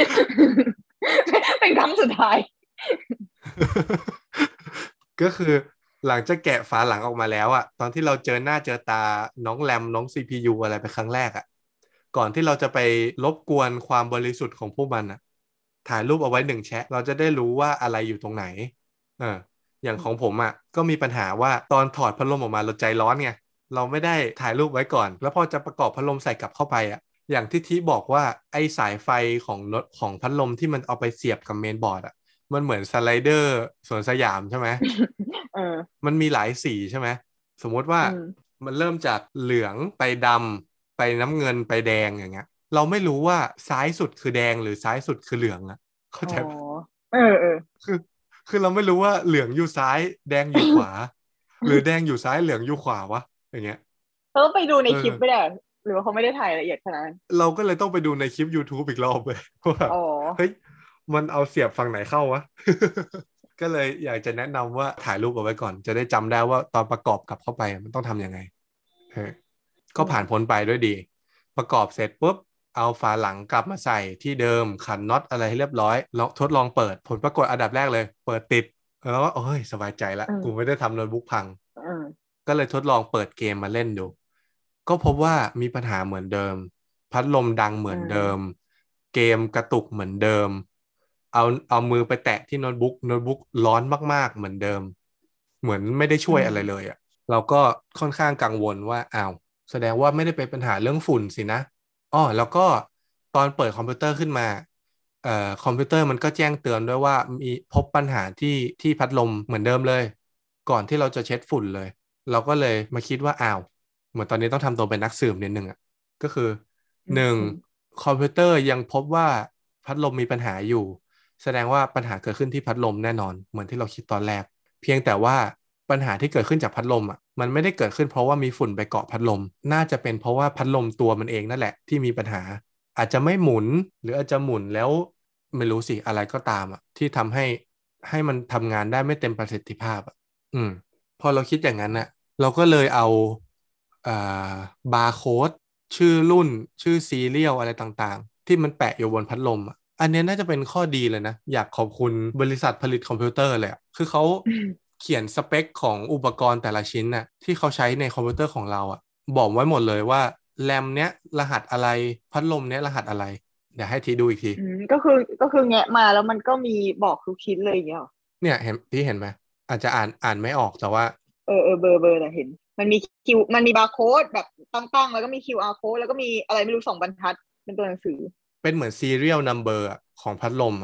เป็นครั้งสุดท้ายก็คือหลังจากแกะฝาหลังออกมาแล้วอะตอนที่เราเจอหน้าเจอตาน้องแรมน้อง ซี พี ยู อะไรไปครั้งแรกอะก่อนที่เราจะไปรบกวนความบริสุทธิ์ของพวกมันอะถ่ายรูปเอาไว้หนึ่งแชะเราจะได้รู้ว่าอะไรอยู่ตรงไหนเอออย่างของผมอะก็มีปัญหาว่าตอนถอดพัดลมออกมาเราใจร้อนไงเราไม่ได้ถ่ายรูปไว้ก่อนแล้วพอจะประกอบพัดลมใส่กลับเข้าไปอะอย่างที่ทีบอกว่าไอ้สายไฟของรถของพัดลมที่มันเอาไปเสียบกับเมนบอร์ดอะ มันเหมือนสไลเดอร์สวนสยามใช่ไหมเออมันมีหลายสีใช่ไหม สมมติว่าอืมมันเริ่มจากเหลืองไปดำไปน้ำเงินไปแดงอย่างเงี้ยเราไม่รู้ว่าซ้ายสุดคือแดงหรือซ้ายสุดคือเหลืองอะเข้าอ๋อใจปะเออเออคือคือเราไม่รู้ว่าเหลืองอยู่ซ้ายแดงอยู่ขวาหรือแดงอยู่ซ้ายเหลืองอยู่ขวาวะอย่างเงี้ยเขาไปดูในเออคลิปไม่ได้หรือว่าเขาไม่ได้ถ่ายละเอียดขนาดนั้นเราก็เลยต้องไปดูในคลิป YouTube อีกรอบเลยว่าอ๋อเฮ้ยมันเอาเสียบฝั่งไหนเข้าวะ ก็เลยอยากจะแนะนำว่าถ่ายรูปเอาไว้ก่อนจะได้จำได้ว่าตอนประกอบกลับเข้าไปมันต้องทำยังไงเออก็อืมผ่านพ้นไปด้วยดีประกอบเสร็จปุ๊บเอาฝาหลังกลับมาใส่ที่เดิมขันน็อตอะไรให้เรียบร้อยแล้วทดลองเปิดผลปรากฏอันดับแรกเลยเปิดติดแล้วก็โอ้ยสบายใจละอืมกูไม่ได้ทำโน้ตบุ๊กพังอืมก็เลยทดลองเปิดเกมมาเล่นดูก็พบว่ามีปัญหาเหมือนเดิมพัดลมดังเหมือือนเดิมมเกมกระตุกเหมือนเดิม เอาเอามือไปแตะที่โน้ตบุ๊กโน้ตบุ๊กร้อนมากๆเหมือนเดิมเหมือนไม่ได้ช่อืวยอะไรเลยมอ่ะเราก็ค่อนข้างกังวลว่าอ้าวแสดงว่าไม่ได้เป็นปัญหาเรื่องฝุ่นสินะอ้อแล้วก็ตอนเปิดคอมพิวเตอร์ขึ้นมาเอ่อคอมพิวเตอร์มันก็แจ้งเตือนด้วยว่ามีพบปัญหาที่ที่พัดลมเหมือนเดิมเลยก่อนที่เราจะเช็ดฝุ่นเลยเราก็เลยมาคิดว่าอ้าวเหมือนตอนนี้ต้องทำตัวเป็นนักสืบนิดนึงอ่ะก็คืออืหนึ่งมคอมพิวเตอร์ยังพบว่าพัดลมมีปัญหาอยู่ แสดงว่าปัญหาเกิดขึ้นที่พัดลมแน่นอนเหมือนที่เราคิดตอนแรกเพียงแต่ว่าปัญหาที่เกิดขึ้นจากพัดลมอ่ะมันไม่ได้เกิดขึ้นเพราะว่ามีฝุ่นไปเกาะพัดลมน่าจะเป็นเพราะว่าพัดลมตัวมันเองนั่นแหละที่มีปัญหาอาจจะไม่หมุนหรืออาจจะหมุนแล้วไม่รู้สิอะไรก็ตามอ่ะที่ทำให้ให้มันทำงานได้ไม่เต็มประสิทธิภาพอ่ะอืมพอเราคิดอย่างนั้นน่ะเราก็เลยเอาอ่าบาร์โค้ดชื่อรุ่นชื่อซีเรียลอะไรต่างๆที่มันแปะอยู่บนพัดลมอ่ะ อันเนี้ยน่าจะเป็นข้อดีเลยนะอยากขอบคุณบริษัทผลิตคอมพิวเตอร์เลยอะคือเขาอืมเขียนสเปคของอุปกรณ์แต่ละชิ้นน่ะที่เขาใช้ในคอมพิวเตอร์ของเราอ่ะบอกไว้หมดเลยว่าแรมเนี้ยรหัสอะไรพัดลมเนี้ยรหัสอะไรเดี๋ยวให้ทีดูอีกทีอืมก็คือก็คือแงะมาแล้วมันก็มีบอกทุกชิ้นเลยอย่างเงี้ยเหรอเนี่ยเห็นที่เห็นไหมอาจจะอ่านอ่านไม่ออกแต่ว่าเออเออเบอร์เบอร์แต่เห็นมันมีคิวมันมีบาร์โค้ดแบบตั้งๆแล้วก็มี คิว อาร์ โค้ดแล้วก็มีอะไรไม่รู้สองบรรทัดเป็นตัวหนังสือเป็นเหมือน serial number อะของพัดลมอะอื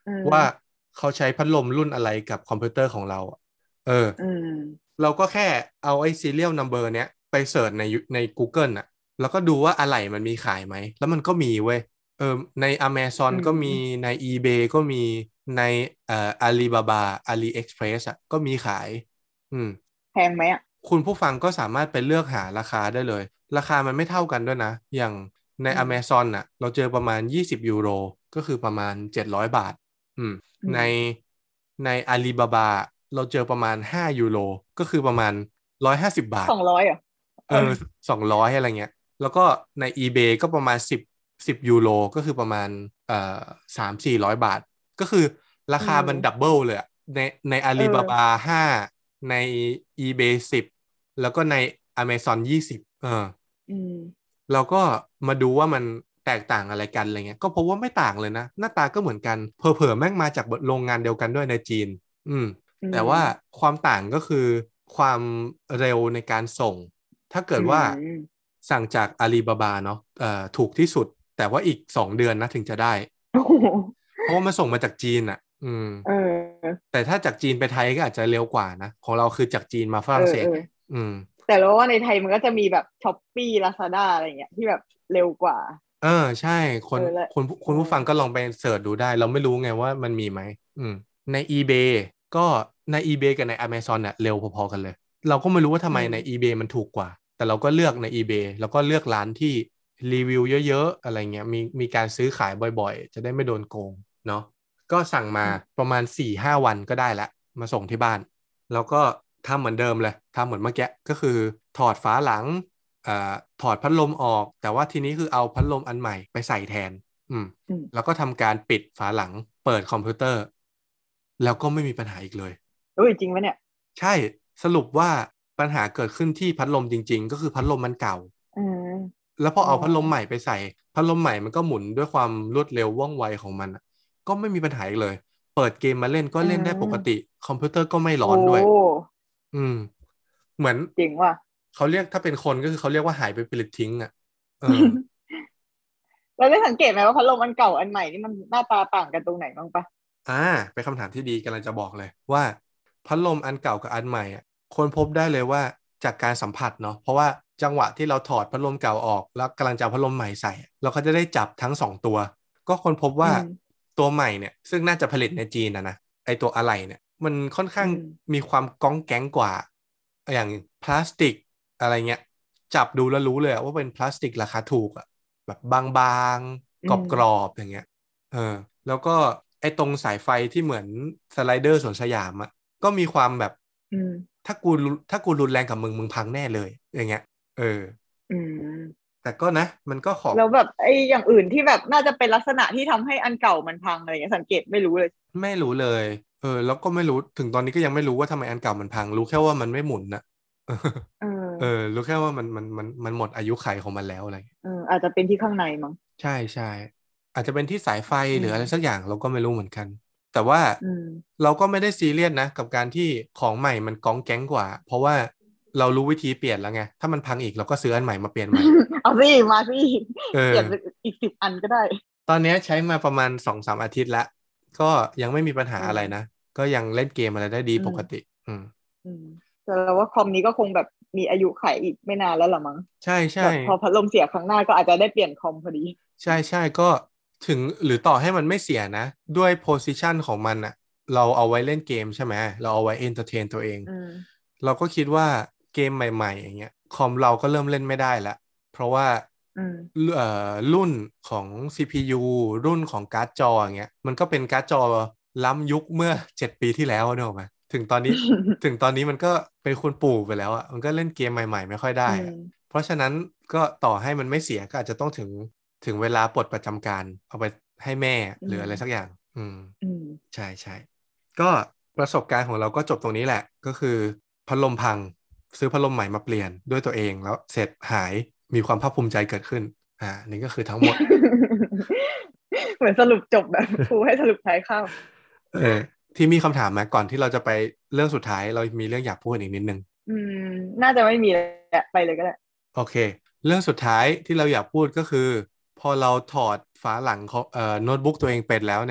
อืมว่าเขาใช้พัดลมรุ่นอะไรกับคอมพิวเตอร์ของเราอะเอออืมเราก็แค่เอาไอ้ serial number เนี้ยไปเสิร์ชในใน Google อ่ะแล้วก็ดูว่าอะไหล่มันมีขายไหมแล้วมันก็มีเว้ยเออใน Amazon อืก็มีมใน eBay ก็มีในเอ่อ Alibaba AliExpress อ่ะก็มีขายอืมแพงไหมอ่ะคุณผู้ฟังก็สามารถไปเลือกหาราคาได้เลย ราคามันไม่เท่ากันด้วยนะ อย่างในอืม Amazon น่ะเราเจอประมาณยี่สิบยูโรก็คือประมาณเจ็ดร้อยบาทอืมในอืมใน Alibaba เราเจอประมาณห้ายูโรก็คือประมาณหนึ่งร้อยห้าสิบบบาทสองร้อยเหรอเออเออสองร้อยอะไรเงี้ยแล้วก็ใน eBay ก็ประมาณสิบสิบยูโรก็คือประมาณเอ่อสามสี่ร้อยบาท ก็คือราเอคามันดับอเบิลเลยอะในในเออ Alibaba ห้าใน eBay สิบแล้วก็ใน Amazon ยี่สิบเอออืมเราก็มาดูว่ามันแตกต่างอะไรกันอะไรเงี้ยก็พบว่าไม่ต่างเลยนะหน้าตาก็เหมือนกันเผลอๆแม่งมาจากโรงงานเดียวกันด้วยในจีนอืมอืแต่ว่ามความต่างก็คือความเร็วในการส่งถ้าเกิอืดว่ามสั่งจากอาลีบาบาเนาะเอ่อถูกที่สุดแต่ว่าอีกสองเดือนนะถึงจะได้โอ้โหเพราะว่ามันส่งมาจากจีนอ่ะอืมเออแต่ถ้าจากจีนไปไทยก็อาจจะเร็วกว่านะของเราคือจากจีนมาฝเออเออรั่งเศสไงอืมแต่แล้วว่าในไทยมันก็จะมีแบบช้อปปี้ลาซาด้าอะไรเงี้ยที่แบบเร็วกว่าเออใช่คนเออและคุณเออคุณผู้ฟังก็ลองไปเสิร์ชดูได้เราไม่รู้ไงว่ามันมีไหมอืมใน eBay ก็ใน eBay กับใน Amazon เนี่ยเร็วพอๆกันเลยเราก็ไม่รู้ว่าทำอืไมในม eBay มันถูกกว่าแต่เราก็เลือกใน eBay แล้วก็เลือกร้านที่รีวิวเยอะๆอะไรเงี้ยมีมีการซื้อขายบ่อยๆจะได้ไม่โดนโกงเนาะก็สั่งมาอืมประมาณสี่ห้าวันก็ได้ละมาส่งที่บ้าน แล้วก็ทำเหมือนเดิมเลยทำเหมือนเมื่อกี้ก็คือถอดฝาหลังเอ่อถอดพัดลมออกแต่ว่าทีนี้คือเอาพัดลมอันใหม่ไปใส่แทนอืมอืมแล้วก็ทำการปิดฝาหลังเปิดคอมพิวเตอร์แล้วก็ไม่มีปัญหาอีกเลยเอ้ยจริงปะเนี่ยใช่สรุปว่าปัญหาเกิดขึ้นที่พัดลมจริงๆก็คือพัดลมมันเก่าอืมแล้วพออ๋อเอาพัดลมใหม่ไปใส่พัดลมใหม่มันก็หมุนด้วยความรวดเร็วว่องไวของมันอะก็ไม่มีปัญหาอีกเลยเปิดเกมมาเล่นก็อืเล่นได้ปกติมคอมพิวเตอร์ก็ไม่ร้อโอ้นด้วยอืมเหมือนเจ๋งว่ะเขาเรียกถ้าเป็นคนก็คือเขาเรียกว่าหายไปปลิดทิ้งอ่ะเออแล้วได้สังเกตไหมว่าพัดลมอันเก่าอันใหม่นี่มันหน้าตาต่างกันตรงไหนบ้างปะอ่าเป็นคำถามที่ดีกำลังจะบอกเลยว่าพัดลมอันเก่ากับอันใหม่อ่ะคนพบได้เลยว่าจากการสัมผัสเนาะเพราะว่าจังหวะที่เราถอดพัดลมเก่าออกแล้วกำลังจะเอาพัดลมใหม่ใส่อะเราก็จะได้จับทั้งสองตัวก็คนพบว่าอืมตัวใหม่เนี่ยซึ่งน่าจะผลิตในจีนนะนะไอตัวอะไหล่เนี่ยมันค่อนข้างอืมมีความก้องแก๊งกว่าอย่างพลาสติกอะไรเงี้ยจับดูแล้วรู้เลยอะว่าเป็นพลาสติกราคาถูกอะแบบบางๆอืกรอบๆอย่างเงี้ย เออแล้วก็ไอ้ตรงสายไฟที่เหมือนสไลเดอร์สวนสยามอ่ะก็มีความแบบอืมถ้ากูรุถ้ากูรุนแรงกับมึงมึงพังแน่เลยอย่างเงี้ยเอออืมแต่ก็นะมันก็ของแล้วแบบไอ้อย่างอื่นที่แบบน่าจะเป็นลักษณะที่ทำให้อันเก่ามันพังอะไรเงี้ยสังเกตไม่รู้เลยไม่รู้เลยเออแล้วก็ไม่รู้ถึงตอนนี้ก็ยังไม่รู้ว่าทำไมอันเก่ามันพังรู้แค่ว่ามันไม่หมุนนะเอเอออรู้แค่ว่ามันมันมันมันหมดอายุขัยของมันแล้วอะไรเงี้ยเอออาจจะเป็นที่ข้างในมั้งใช่ใช่อาจจะเป็นที่สายไฟอืหรืออะไรสักมอย่างเราก็ไม่รู้เหมือนกันแต่ว่าอืมเราก็ไม่ได้ซีเรียสนะกับการที่ของใหม่มันก้องแก๊งกว่าเพราะว่าเรารู้วิธีเปลี่ยนแล้วไงถ้ามันพังอีกเราก็ซื้ออันใหม่มาเปลี่ยนใหม่เอาสิมาสิเออเปลี่ยนเป็นอีกสิบอันก็ได้ตอนเนี้ยใช้มาประมาณสองสามอาทิตย์แล้วก็ยังไม่มีปัญหาเออะไรนะอก็ยังเล่นเกมอะไรได้ดีอืมปกติอืมอืมแต่เราว่าคอมนี้ก็คงแบบมีอายุขัยอีกไม่นานแล้วล่ะมั้งใช่ใช่แบบพอพัดลมเสียครั้งหน้าก็อาจจะได้เปลี่ยนคอมพอดีใช่ใช่ก็ถึงหรือต่อให้มันไม่เสียนะด้วยโพซิชันของมันอะเราเอาไว้เล่นเกมใช่ไหมเราเอาไว้เอนเตอร์เทนตัวเองอืมเราก็คิดว่าเกมใหม่ๆอย่างเงี้ยคอมเราก็เริ่มเล่นไม่ได้ละเพราะว่าอืมเอ่อรุ่นของ ซี พี ยู รุ่นของการ์ดจออย่างเงี้ยมันก็เป็นการ์ดจอล้ำยุคเมื่อเจ็ดปีที่แล้วเนกอะไหมถึงตอนนี้ถึงตอนนี้มันก็เป็นคุณปู่ไปแล้วอะมันก็เล่นเกมใหม่ๆไม่ค่อยได้อือะมเพราะฉะนั้นก็ต่อให้มันไม่เสียก็อาจจะต้องถึง ถึงเวลาปลดประจำการเอาไปให้แม่อืมหรืออะไรสักอย่างอืมอืมใช่ใช่ก็ประสบการณ์ของเราก็จบตรงนี้แหละก็คือพัดลมพังซื้อพัดลมใหม่มาเปลี่ยนด้วยตัวเองแล้วเสร็จหายมีความภาคภูมิใจเกิดขึ้นอ่านี่ก็คือทั้งหมดเหมือนสรุปจบแบบครูให้สรุปท้ายข้าวเออที่มีคำถามมาก่อนที่เราจะไปเรื่องสุดท้ายเรามีเรื่องอยากพูดอีกนิดนึงอืมน่าจะไม่มีแล้วไปเลยก็ได้โอเคเรื่องสุดท้ายที่เราอยากพูดก็คือพอเราถอดฝาหลังของเอ่อโน้ตบุ๊กตัวเองเป็นแล้วเนี่ย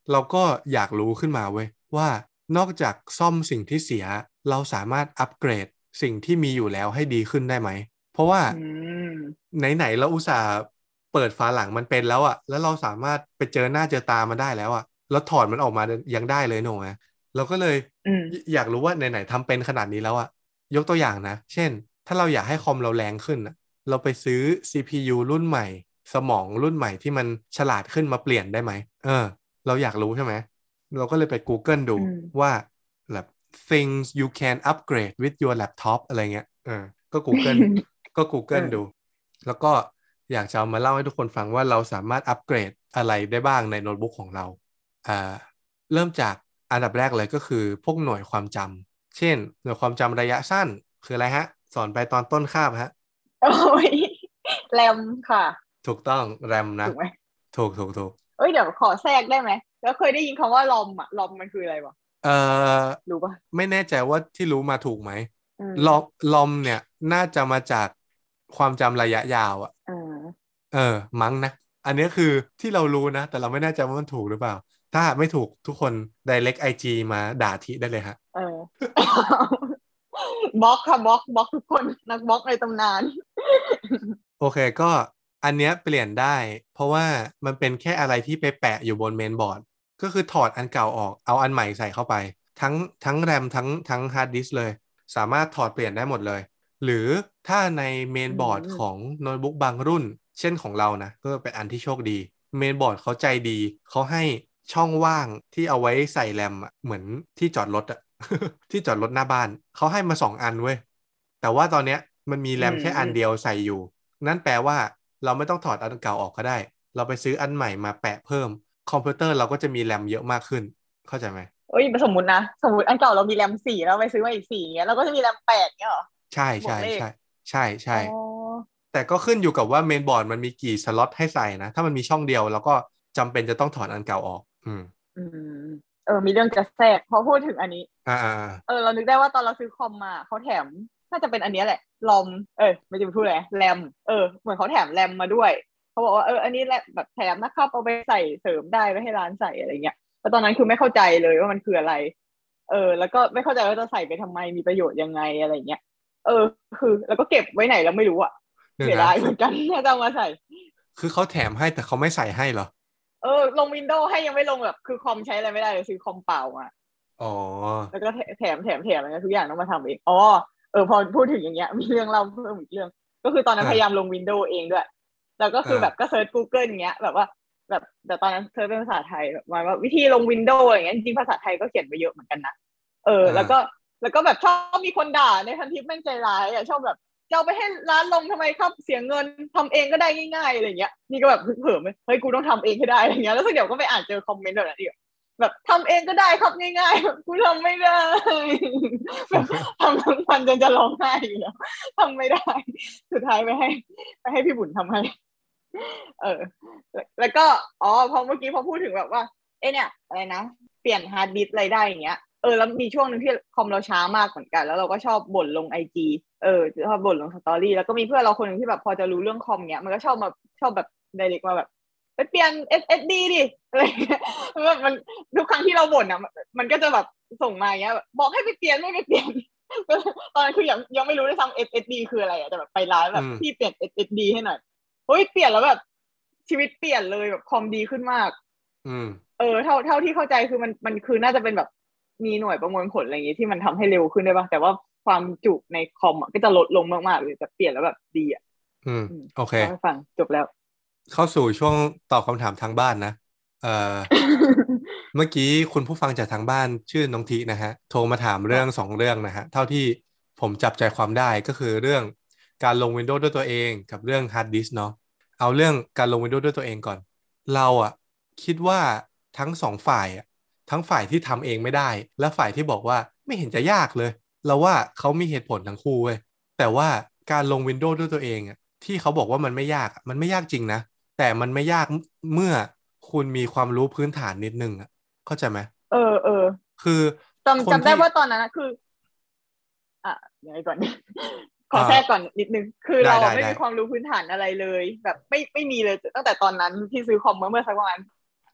เราก็อยากรู้ขึ้นมาเว้ยว่านอกจากซ่อมสิ่งที่เสียเราสามารถอัปเกรดสิ่งที่มีอยู่แล้วให้ดีขึ้นได้ไหมเพราะว่าอืมไหนๆเราอุตส่าห์เปิดฝาหลังมันเป็นแล้วอะแล้วเราสามารถไปเจอหน้าเจอตามันได้แล้วอะแล้วถอดมันออกมายังได้เลยหนูนะเราก็เลยอืมอยอยากรู้ว่าไหนๆทำเป็นขนาดนี้แล้วอะยกตัวอย่างนะเช่นถ้าเราอยากให้คอมเราแรงขึ้นอะเราไปซื้อ ซี พี ยู รุ่นใหม่สมองรุ่นใหม่ที่มันฉลาดขึ้นมาเปลี่ยนได้ไหมเออเราอยากรู้ใช่ไหมเราก็เลยไป Google ดูอืมว่าแบบ things you can upgrade with your laptop อะไรเงี้ยเออก็ Google ก็เอ Google ดูอแล้วก็อยากจะเอามาเล่าให้ทุกคนฟังว่าเราสามารถอัปเกรดอะไรได้บ้างในโน้ตบุ๊กของเราอ่าเริ่มจากอันดับแรกเลยก็คือพวกหน่วยความจำเช่นหน่วยความจำระยะสั้นคืออะไรฮะสอนไปตอนต้นคาบฮะโอ้ยแรมค่ะถูกต้องแรมนะถูกไหมถูกถูกถูกเอ้ยเดี๋ยวขอแทรกได้ไหมแล้วเคยได้ยินคำว่าลอมอะลอมมันคืออะไรวะเอ่อรู้ปะไม่แน่ใจว่าที่รู้มาถูกไหมอืลอมมลอมเนี่ยน่าจะมาจากความจำระยะยาวอะอ่าเออมั้งนะอันนี้คือที่เรารู้นะแต่เราไม่แน่ใจว่ามันถูกหรือเปล่าถ้าไม่ถูกทุกคน direct ไอ จี มาด่าทิได้เลยฮะเออบล็อกค่ะบล็อกบล็อกทุกคนนักบล็อกในตำนานโอเคก็อันเนี้ยเปลี่ยนได้เพราะว่ามันเป็นแค่อะไรที่ไปแปะอยู่บนเมนบอร์ดก็คือถอดอันเก่าออกเอาอันใหม่ใส่เข้าไปทั้งทั้งแรมทั้งทั้งฮาร์ดดิสก์เลยสามารถถอดเปลี่ยนได้หมดเลยหรือถ้าในเมนอืบอร์ดขอมงโน้ตบุ๊กบางรุ่นเช่นของเรานะก็เป็นอันที่โชคดีเมนบอร์ดเขาใจดีเขาให้ช่องว่างที่เอาไว้ใส่แรมอะเหมือนที่จอดรถอะ ที่จอดรถหน้าบ้านเขาให้มาสองอันเว้ยแต่ว่าตอนเนี้ยมันมีอืแรมแค่อันเดีมยวใส่อยู่นั่นแปลว่าเราไม่ต้องถอดอันเก่าออกก็ได้เราไปซื้ออันใหม่มาแปะเพิ่มคอมพิวเตอร์เราก็จะมีแรมเยอะมากขึ้นเข้าใจไหมเอ้ยสมมตินะสมมติอันเก่าเรามีแรมสี่แล้วไปซื้อมาอีกสี่เงี้ยเราก็จะมีแรมแปดเงี้ยเหรอใช่บวกเลขใช่ใช่ใช่ใช่อ๋อแต่ก็ขึ้นอยู่กับว่าเมนบอร์ดมันมีกี่สล็อตให้ใส่นะถ้ามันมีช่องเดียวเราก็จำเป็นจะต้องถอดอันเก่าออกอืมอืมเออมีเรื่องจะแทรกพอพูดถึงอันนี้อ่าอ่าเออเรานึกได้ว่าตอนเราซื้อคอมมาเขาแถมน่าจะเป็นอันเนี้ยแหละลอมเออไม่จะไปพูดอะไรแรมเออเหมือนเขาแถมแรมมาด้วยเขาบอกว่าเอออันนี้แหละแบบแถมนะครับเอาไปใส่เสริมได้ไว้ให้ร้านใส่อะไรเงี้ยแล้วตอนนั้นคือไม่เข้าใจเลยว่ามันคืออะไรเออแล้วก็ไม่เข้าใจว่าจะใส่ไปทำไมมีประโยชน์ยังไงอะไรเงี้ยเออคือแล้วก็เก็บไว้ไหนแล้วไม่รู้อะเดี๋ยวนะเสียดายเหมือนกันถ้าจะเอามาใส่คือเขาแถมให้แต่เขาไม่ใส่ให้เหรอเออลงวินโดว์ให้ยังไม่ลงแบบคือคอมใช้อะไรไม่ได้เลยซื้อคอมเปล่ามาอ๋อแล้วก็แถแถมแถมแถมอะไรทุกอย่างต้องมาทำเองอ๋อเออพอพูดถึงอย่างเงี้ยมีเรื่องเล่าเพิ่มอีกเรื่องก็คือตอนนั้นพยายามอ่าลงวินโดว์เองด้วยแล้วก็คือแบบอ่าก็เซิร์ช Google อย่างเงี้ยแบบว่าแบบแต่ตอนนั้นเซิร์ชเป็นภาษาไทยแบบมาว่าวิธีลงวินโดว์อะไรเงี้ยจริงๆภาษาไทยก็เขียนไปเยอะเหมือนกันนะเออแล้วก็อ่าแล้วก็แบบชอบมีคนด่าในพันทิปแม่งใจร้ายอ่ะชอบแบบจะเอาไปให้ร้านลงทำไมครับเสียเงินทำเองก็ได้ง่ายๆอะไรเงี้ยนี่ก็แบบเผลอไหมเฮ้ยกูต้องทำเองให้ได้อะไรเงี้ยแล้วสักเดี๋ยวก็ไปอ่านเจอคอมเมนต์แบบนั้นอีก แบบทำเองก็ได้ครับง่ายๆแบบกูทำไม่ได้แบบทำทั้งวันจนจะร้องไห้อยู่แล้วทำไม่ได้ สุดท้ายไปให้ไปให้พี่บุญทำให้เออแล้วก็อ๋อพอเมื่อกี้พอพูดถึงแบบว่าเอ้เนี่ยอะไรนะเปลี่ยนฮาร์ดดิสก์อะไรได้อย่างเงี้ยเออแล้วมีช่วงหนึ่งที่คอมเราช้ามากเหมือนกันแล้วเราก็ชอบบ่นลงไอจีเออชอบบ่นลงสตอรี่แล้วก็มีเพื่อนเราคนหนึ่งที่แบบพอจะรู้เรื่องคอมเนี้ยมันก็ชอบมาชอบแบบไดเรกมาแบบไปเปลี่ยน เอส เอส ดี ดิอะไรเงี้ยมันมันทุกครั้งที่เราบ่นอ่ะมันมันก็จะแบบส่งมาอย่างเงี้ยบอกให้ไปเปลี่ยนไม่ไปเปลี่ยนตอนนั้นคือยังยังไม่รู้ด้วยซ้ำ เอส เอส ดี คืออะไรอ่ะแต่แบบไปร้านแบบอืมพี่เปลี่ยน เอส เอส ดี ให้หน่อยเฮ้ยเปลี่ยนแล้วแบบชีวิตเปลี่ยนเลยแบบคอมดีขึ้นมากอืมเออเท่าเท่าที่เข้าใจคือมันมันคือน่าจะเป็นแบบมีหน่วยประมวลผลอะไรอย่างงี้ที่มันทำให้เร็วขึ้นได้ป่ะแต่ว่าความจุในคอมอ่ะก็จะลดลงมากๆเลยแต่เปลี่ยนแล้วแบบดีอ่ะอืมอืมโอเคเล่าให้ฟังจบแล้วเข้าสู่ช่วงตอบคำถามทางบ้านนะเอ่อ เมื่อกี้คุณผู้ฟังจากทางบ้านชื่อน้องทีนะฮะโทรมาถามเรื่องสอค่ะงเรื่องนะฮะเท่าที่ผมจับใจความได้ก็คือเรื่องการลง Windows ด้วยตัวเองกับเรื่อง Hard Disk เนาะเอาเรื่องการลง Windows ด้วยตัวเองก่อนเราอะคิดว่าทั้งสองฝ่ายอะทั้งฝ่ายที่ทำเองไม่ได้และฝ่ายที่บอกว่าไม่เห็นจะยากเลยเราว่าเขามีเหตุผลทั้งคู่เว้ยแต่ว่าการลง Windows ด้วยตัวเองอะที่เขาบอกว่ามันไม่ยากอะมันไม่ยากจริงนะแต่มันไม่ยากเมื่อคุณมีความรู้พื้นฐานนิดนึงอะ เข้าใจไหมเออเออคือจำจำได้คนที่ว่าตอนนั้นนะคืออ่ะยังไงก่อนขออ่าแทรกก่อนนิดนึงคือเราอ่ะไม่ได้ได้ได้มีความรู้พื้นฐานอะไรเลยแบบไม่ไม่มีเลยตั้งแต่ตอนนั้นที่ซื้อคอมเมื่อเมื่อสักประมาณ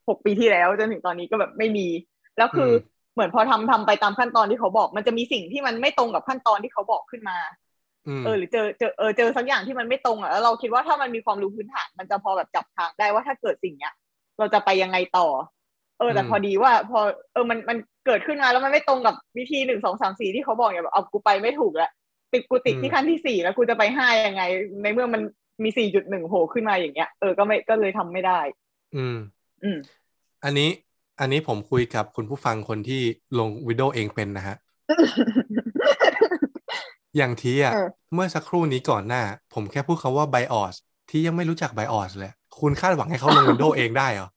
หกปีที่แล้วจนถึงตอนนี้ก็แบบไม่มีแล้วคือเหมือนพอทำทำไปตามขั้นตอนที่เขาบอกมันจะมีสิ่งที่มันไม่ตรงกับขั้นตอนที่เขาบอกขึ้นมาเออหรือเจอเจอเออเจอสักอย่างที่มันไม่ตรงอ่ะแล้วเราคิดว่าถ้ามันมีความรู้พื้นฐานมันจะพอแบบจับทางได้ว่าถ้าเกิดสิ่งเนี้ยเราจะไปยังไงต่อเออแต่พอดีว่าพอเออมันมันเกิดขึ้นมาแล้วมันไม่ตรงกับวิธีหนึ่งสองสามสี่ที่เขาบอกอย่างแบบเอากูไปไม่ถูกแล้วติดกูติดที่ขั้นที่สี่แล้วกูจะไปห้ายังไงในเมื่อมันมีสี่จุดหนึ่งโผล่ขึ้นมาอย่างเงี้ยเออก็ไม่ก็เลยทำไม่ได้อืมอืมอันนี้อันนี้ผมคุยกับคุณผู้ฟังคนที่ลงวิดีโอเองเป็นนะฮะ อย่างที่อ่ะเมื่อสักครู่นี้ก่อนหน้าผมแค่พูดคาว่า BIOS ที่ยังไม่รู้จัก BIOS เลยคุณคาดหวังให้เขาลง Windows เองได้เหรอ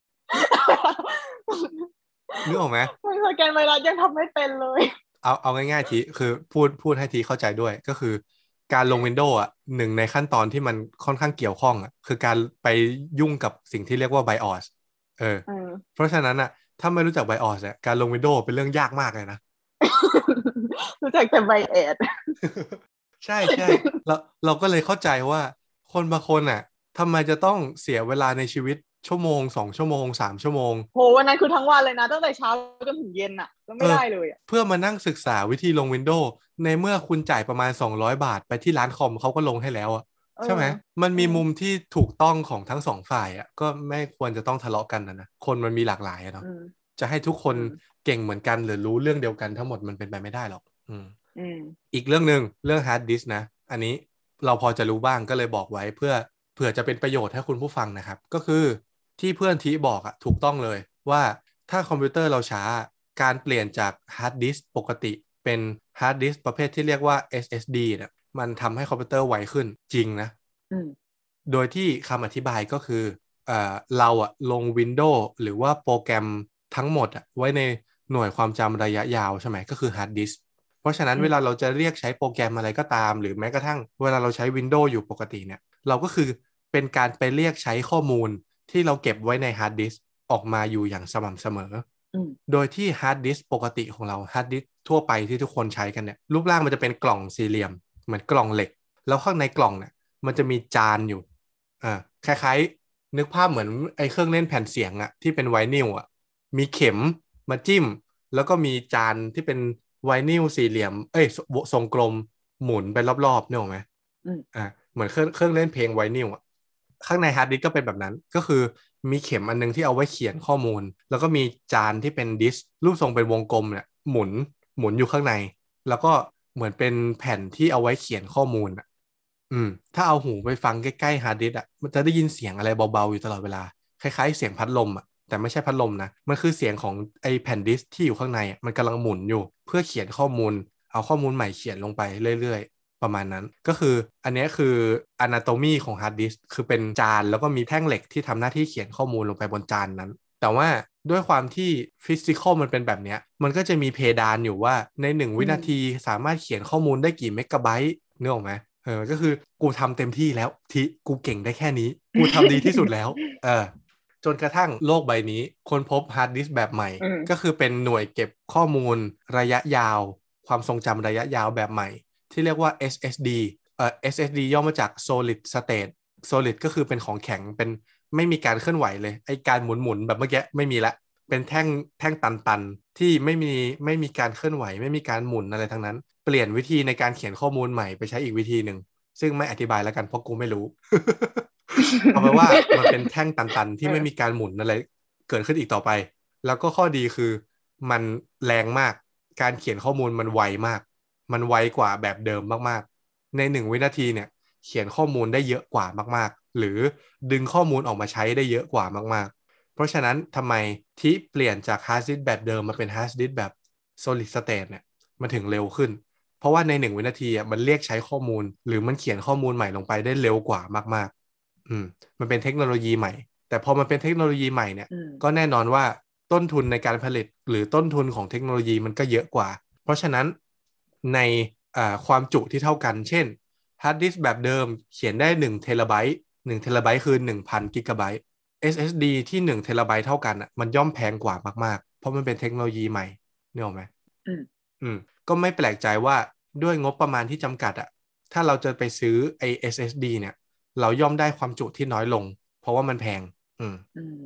นึกออกไหมมันสแกนไวรัสยังทำไม่เป็นเลยเอาเอาง่ายๆทีคือพูดพูดให้ทีเข้าใจด้วยก็คือการลง Windows อ่ะหนึ่งในขั้นตอนที่มันค่อนข้างเกี่ยวข้องอ่ะคือการไปยุ่งกับสิ่งที่เรียกว่า BIOS เออเพราะฉะนั้นอ่ะถ้าไม่รู้จัก BIOS เนี่ยการลง Windows เป็นเรื่องยากมากเลยนะรู้จักแต่ไบแอดใช่ใช่เราเราก็เลยเข้าใจว่าคนบางคนอ่ะทำไมจะต้องเสียเวลาในชีวิตชั่วโมงสองชั่วโมงสามชั่วโมงโหวันนั้นคือทั้งวันเลยนะตั้งแต่เช้าจนถึงเย็นอ่ะแล้วไม่ได้เลยอ่ะเพื่อมานั่งศึกษาวิธีลง Windows ในเมื่อคุณจ่ายประมาณสองร้อยบาทไปที่ร้านคอมเขาก็ลงให้แล้วอ่ะใช่ไหมมันมีมุมที่ถูกต้องของทั้งสองฝ่ายอ่ะก็ไม่ควรจะต้องทะเลาะกันนะนะคนมันมีหลากหลายอะเนาะจะให้ทุกคนเก่งเหมือนกันหรือรู้เรื่องเดียวกันทั้งหมดมันเป็นไปไม่ได้หรอกอืมอีกเรื่องหนึ่งเรื่องฮาร์ดดิสก์นะอันนี้เราพอจะรู้บ้างก็เลยบอกไว้เพื่อเผื่อจะเป็นประโยชน์ให้คุณผู้ฟังนะครับก็คือที่เพื่อนทีบอกอะถูกต้องเลยว่าถ้าคอมพิวเตอร์เราช้าการเปลี่ยนจากฮาร์ดดิสก์ปกติเป็นฮาร์ดดิสก์ประเภทที่เรียกว่า เอส เอส ดี เนี่ยมันทำให้คอมพิวเตอร์ไวขึ้นจริงนะโดยที่คำอธิบายก็คือเอ่อเราอะลง Windows หรือว่าโปรแกรมทั้งหมดอะไว้ในหน่วยความจำระยะยาวใช่ไหมก็คือฮาร์ดดิสก์เพราะฉะนั้นเวลาเราจะเรียกใช้โปรแกรมอะไรก็ตามหรือแม้กระทั่งเวลาเราใช้ Windows อยู่ปกติเนี่ยเราก็คือเป็นการไปเรียกใช้ข้อมูลที่เราเก็บไว้ในฮาร์ดดิสก์ออกมาอยู่อย่างสม่ำเสมอโดยที่ฮาร์ดดิสก์ปกติของเราฮาร์ดดิสก์ทั่วไปที่ทุกคนใช้กันเนี่ยรูปร่างมันจะเป็นกล่องสี่เหลี่ยมเหมือนกล่องเหล็กแล้วข้างในกล่องเนี่ยมันจะมีจานอยู่อ่าคล้ายๆนึกภาพเหมือนไอ้เครื่องเล่นแผ่นเสียงอะที่เป็นไวนิลอะมีเข็มมาจิ้มแล้วก็มีจานที่เป็นไวนิลสี่เหลี่ยมเอ้ยทรงกลมหมุนไปรอบๆเนี่ยหรอไหมอ่าเหมือนเครื่องเครื่องเล่นเพลงไวนิลอะข้างในฮาร์ดดิสก์ก็เป็นแบบนั้นก็คือมีเข็มอันนึงที่เอาไว้เขียนข้อมูลแล้วก็มีจานที่เป็นดิสก์รูปทรงเป็นวงกลมเนี่ยหมุนหมุนอยู่ข้างในแล้วก็เหมือนเป็นแผ่นที่เอาไว้เขียนข้อมูลอ่ะอืมถ้าเอาหูไปฟังใกล้ๆฮาร์ดดิสก์อ่ะมันจะได้ยินเสียงอะไรเบาๆอยู่ตลอดเวลาคล้ายๆเสียงพัดลมอ่ะแต่ไม่ใช่พัดลมนะมันคือเสียงของไอ้แผ่นดิสก์ที่อยู่ข้างในอ่ะมันกำลังหมุนอยู่เพื่อเขียนข้อมูลเอาข้อมูลใหม่เขียนลงไปเรื่อยๆประมาณนั้นก็คืออันนี้คือ anatomy ของฮาร์ดดิสก์คือเป็นจานแล้วก็มีแท่งเหล็กที่ทำหน้าที่เขียนข้อมูลลงไปบนจานนั้นแต่ว่าด้วยความที่ฟิสิกอลมันเป็นแบบนี้มันก็จะมีเพดานอยู่ว่าในหนึ่งวินาทีสามารถเขียนข้อมูลได้กี่เมกะไบต์นึกออกไหมเออก็คือกูทำเต็มที่แล้วที่กูเก่งได้แค่นี้กูทำดีที่สุดแล้วเออจนกระทั่งโลกใบนี้ค้นพบฮาร์ดดิสก์แบบใหม่ก็คือเป็นหน่วยเก็บข้อมูลระยะยาวความทรงจำระยะยาวแบบใหม่ที่เรียกว่า เอส เอส ดี เอ่อ เอส เอส ดี ย่อมาจาก solid state solid ก็คือเป็นของแข็งเป็นไม่มีการเคลื่อนไหวเลยไอการหมุนหมุนแบบเมื่อกี้ไม่มีละเป็นแท่งแท่งตันๆที่ไม่มีไม่มีการเคลื่อนไหวไม่มีการหมุนอะไรทั้งนั้นเปลี่ยนวิธีในการเขียนข้อมูลใหม่ไปใช้อีกวิธีหนึ่งซึ่งไม่อธิบายแล้วกันเพราะกูไม่รู้ เอาไปว่ามันเป็นแท่งตันๆที่ไม่มีการหมุนอะไรเกิดขึ้นอีกต่อไปแล้วก็ข้อดีคือมันแรงมากการเขียนข้อมูลมันไวมากมันไวกว่าแบบเดิมมากๆในหนึ่งวินาทีเนี่ยเขียนข้อมูลได้เยอะกว่ามากๆหรือดึงข้อมูลออกมาใช้ได้เยอะกว่ามากๆเพราะฉะนั้นทำไมที่เปลี่ยนจาก hard disk แบบเดิมมาเป็น hard disk แบบ solid state เนี่ยมันถึงเร็วขึ้นเพราะว่าในหนึ่งวินาทีอ่ะมันเรียกใช้ข้อมูลหรือมันเขียนข้อมูลใหม่ลงไปได้เร็วกว่ามากๆอืมมันเป็นเทคโนโลยีใหม่แต่พอมันเป็นเทคโนโลยีใหม่เนี่ยก็แน่นอนว่าต้นทุนในการผลิตหรือต้นทุนของเทคโนโลยีมันก็เยอะกว่าเพราะฉะนั้นในความจุที่เท่ากันเช่นฮาร์ดดิสก์แบบเดิมเขียนได้หนึ่งเทราไบต์หนึ่งเทราไบต์คือ หนึ่งพัน กิกะไบต์ เอส เอส ดี ที่หนึ่งเทราไบต์เท่ากันอ่ะมันย่อมแพงกว่ามากๆเพราะมันเป็นเทคโนโลยีใหม่นี่ออกไหมอืมอืมก็ไม่แปลกใจว่าด้วยงบประมาณที่จำกัดอ่ะถ้าเราจะไปซื้อไอ้ เอส เอส ดี เนี่ยเราย่อมได้ความจุที่น้อยลงเพราะว่ามันแพงอืม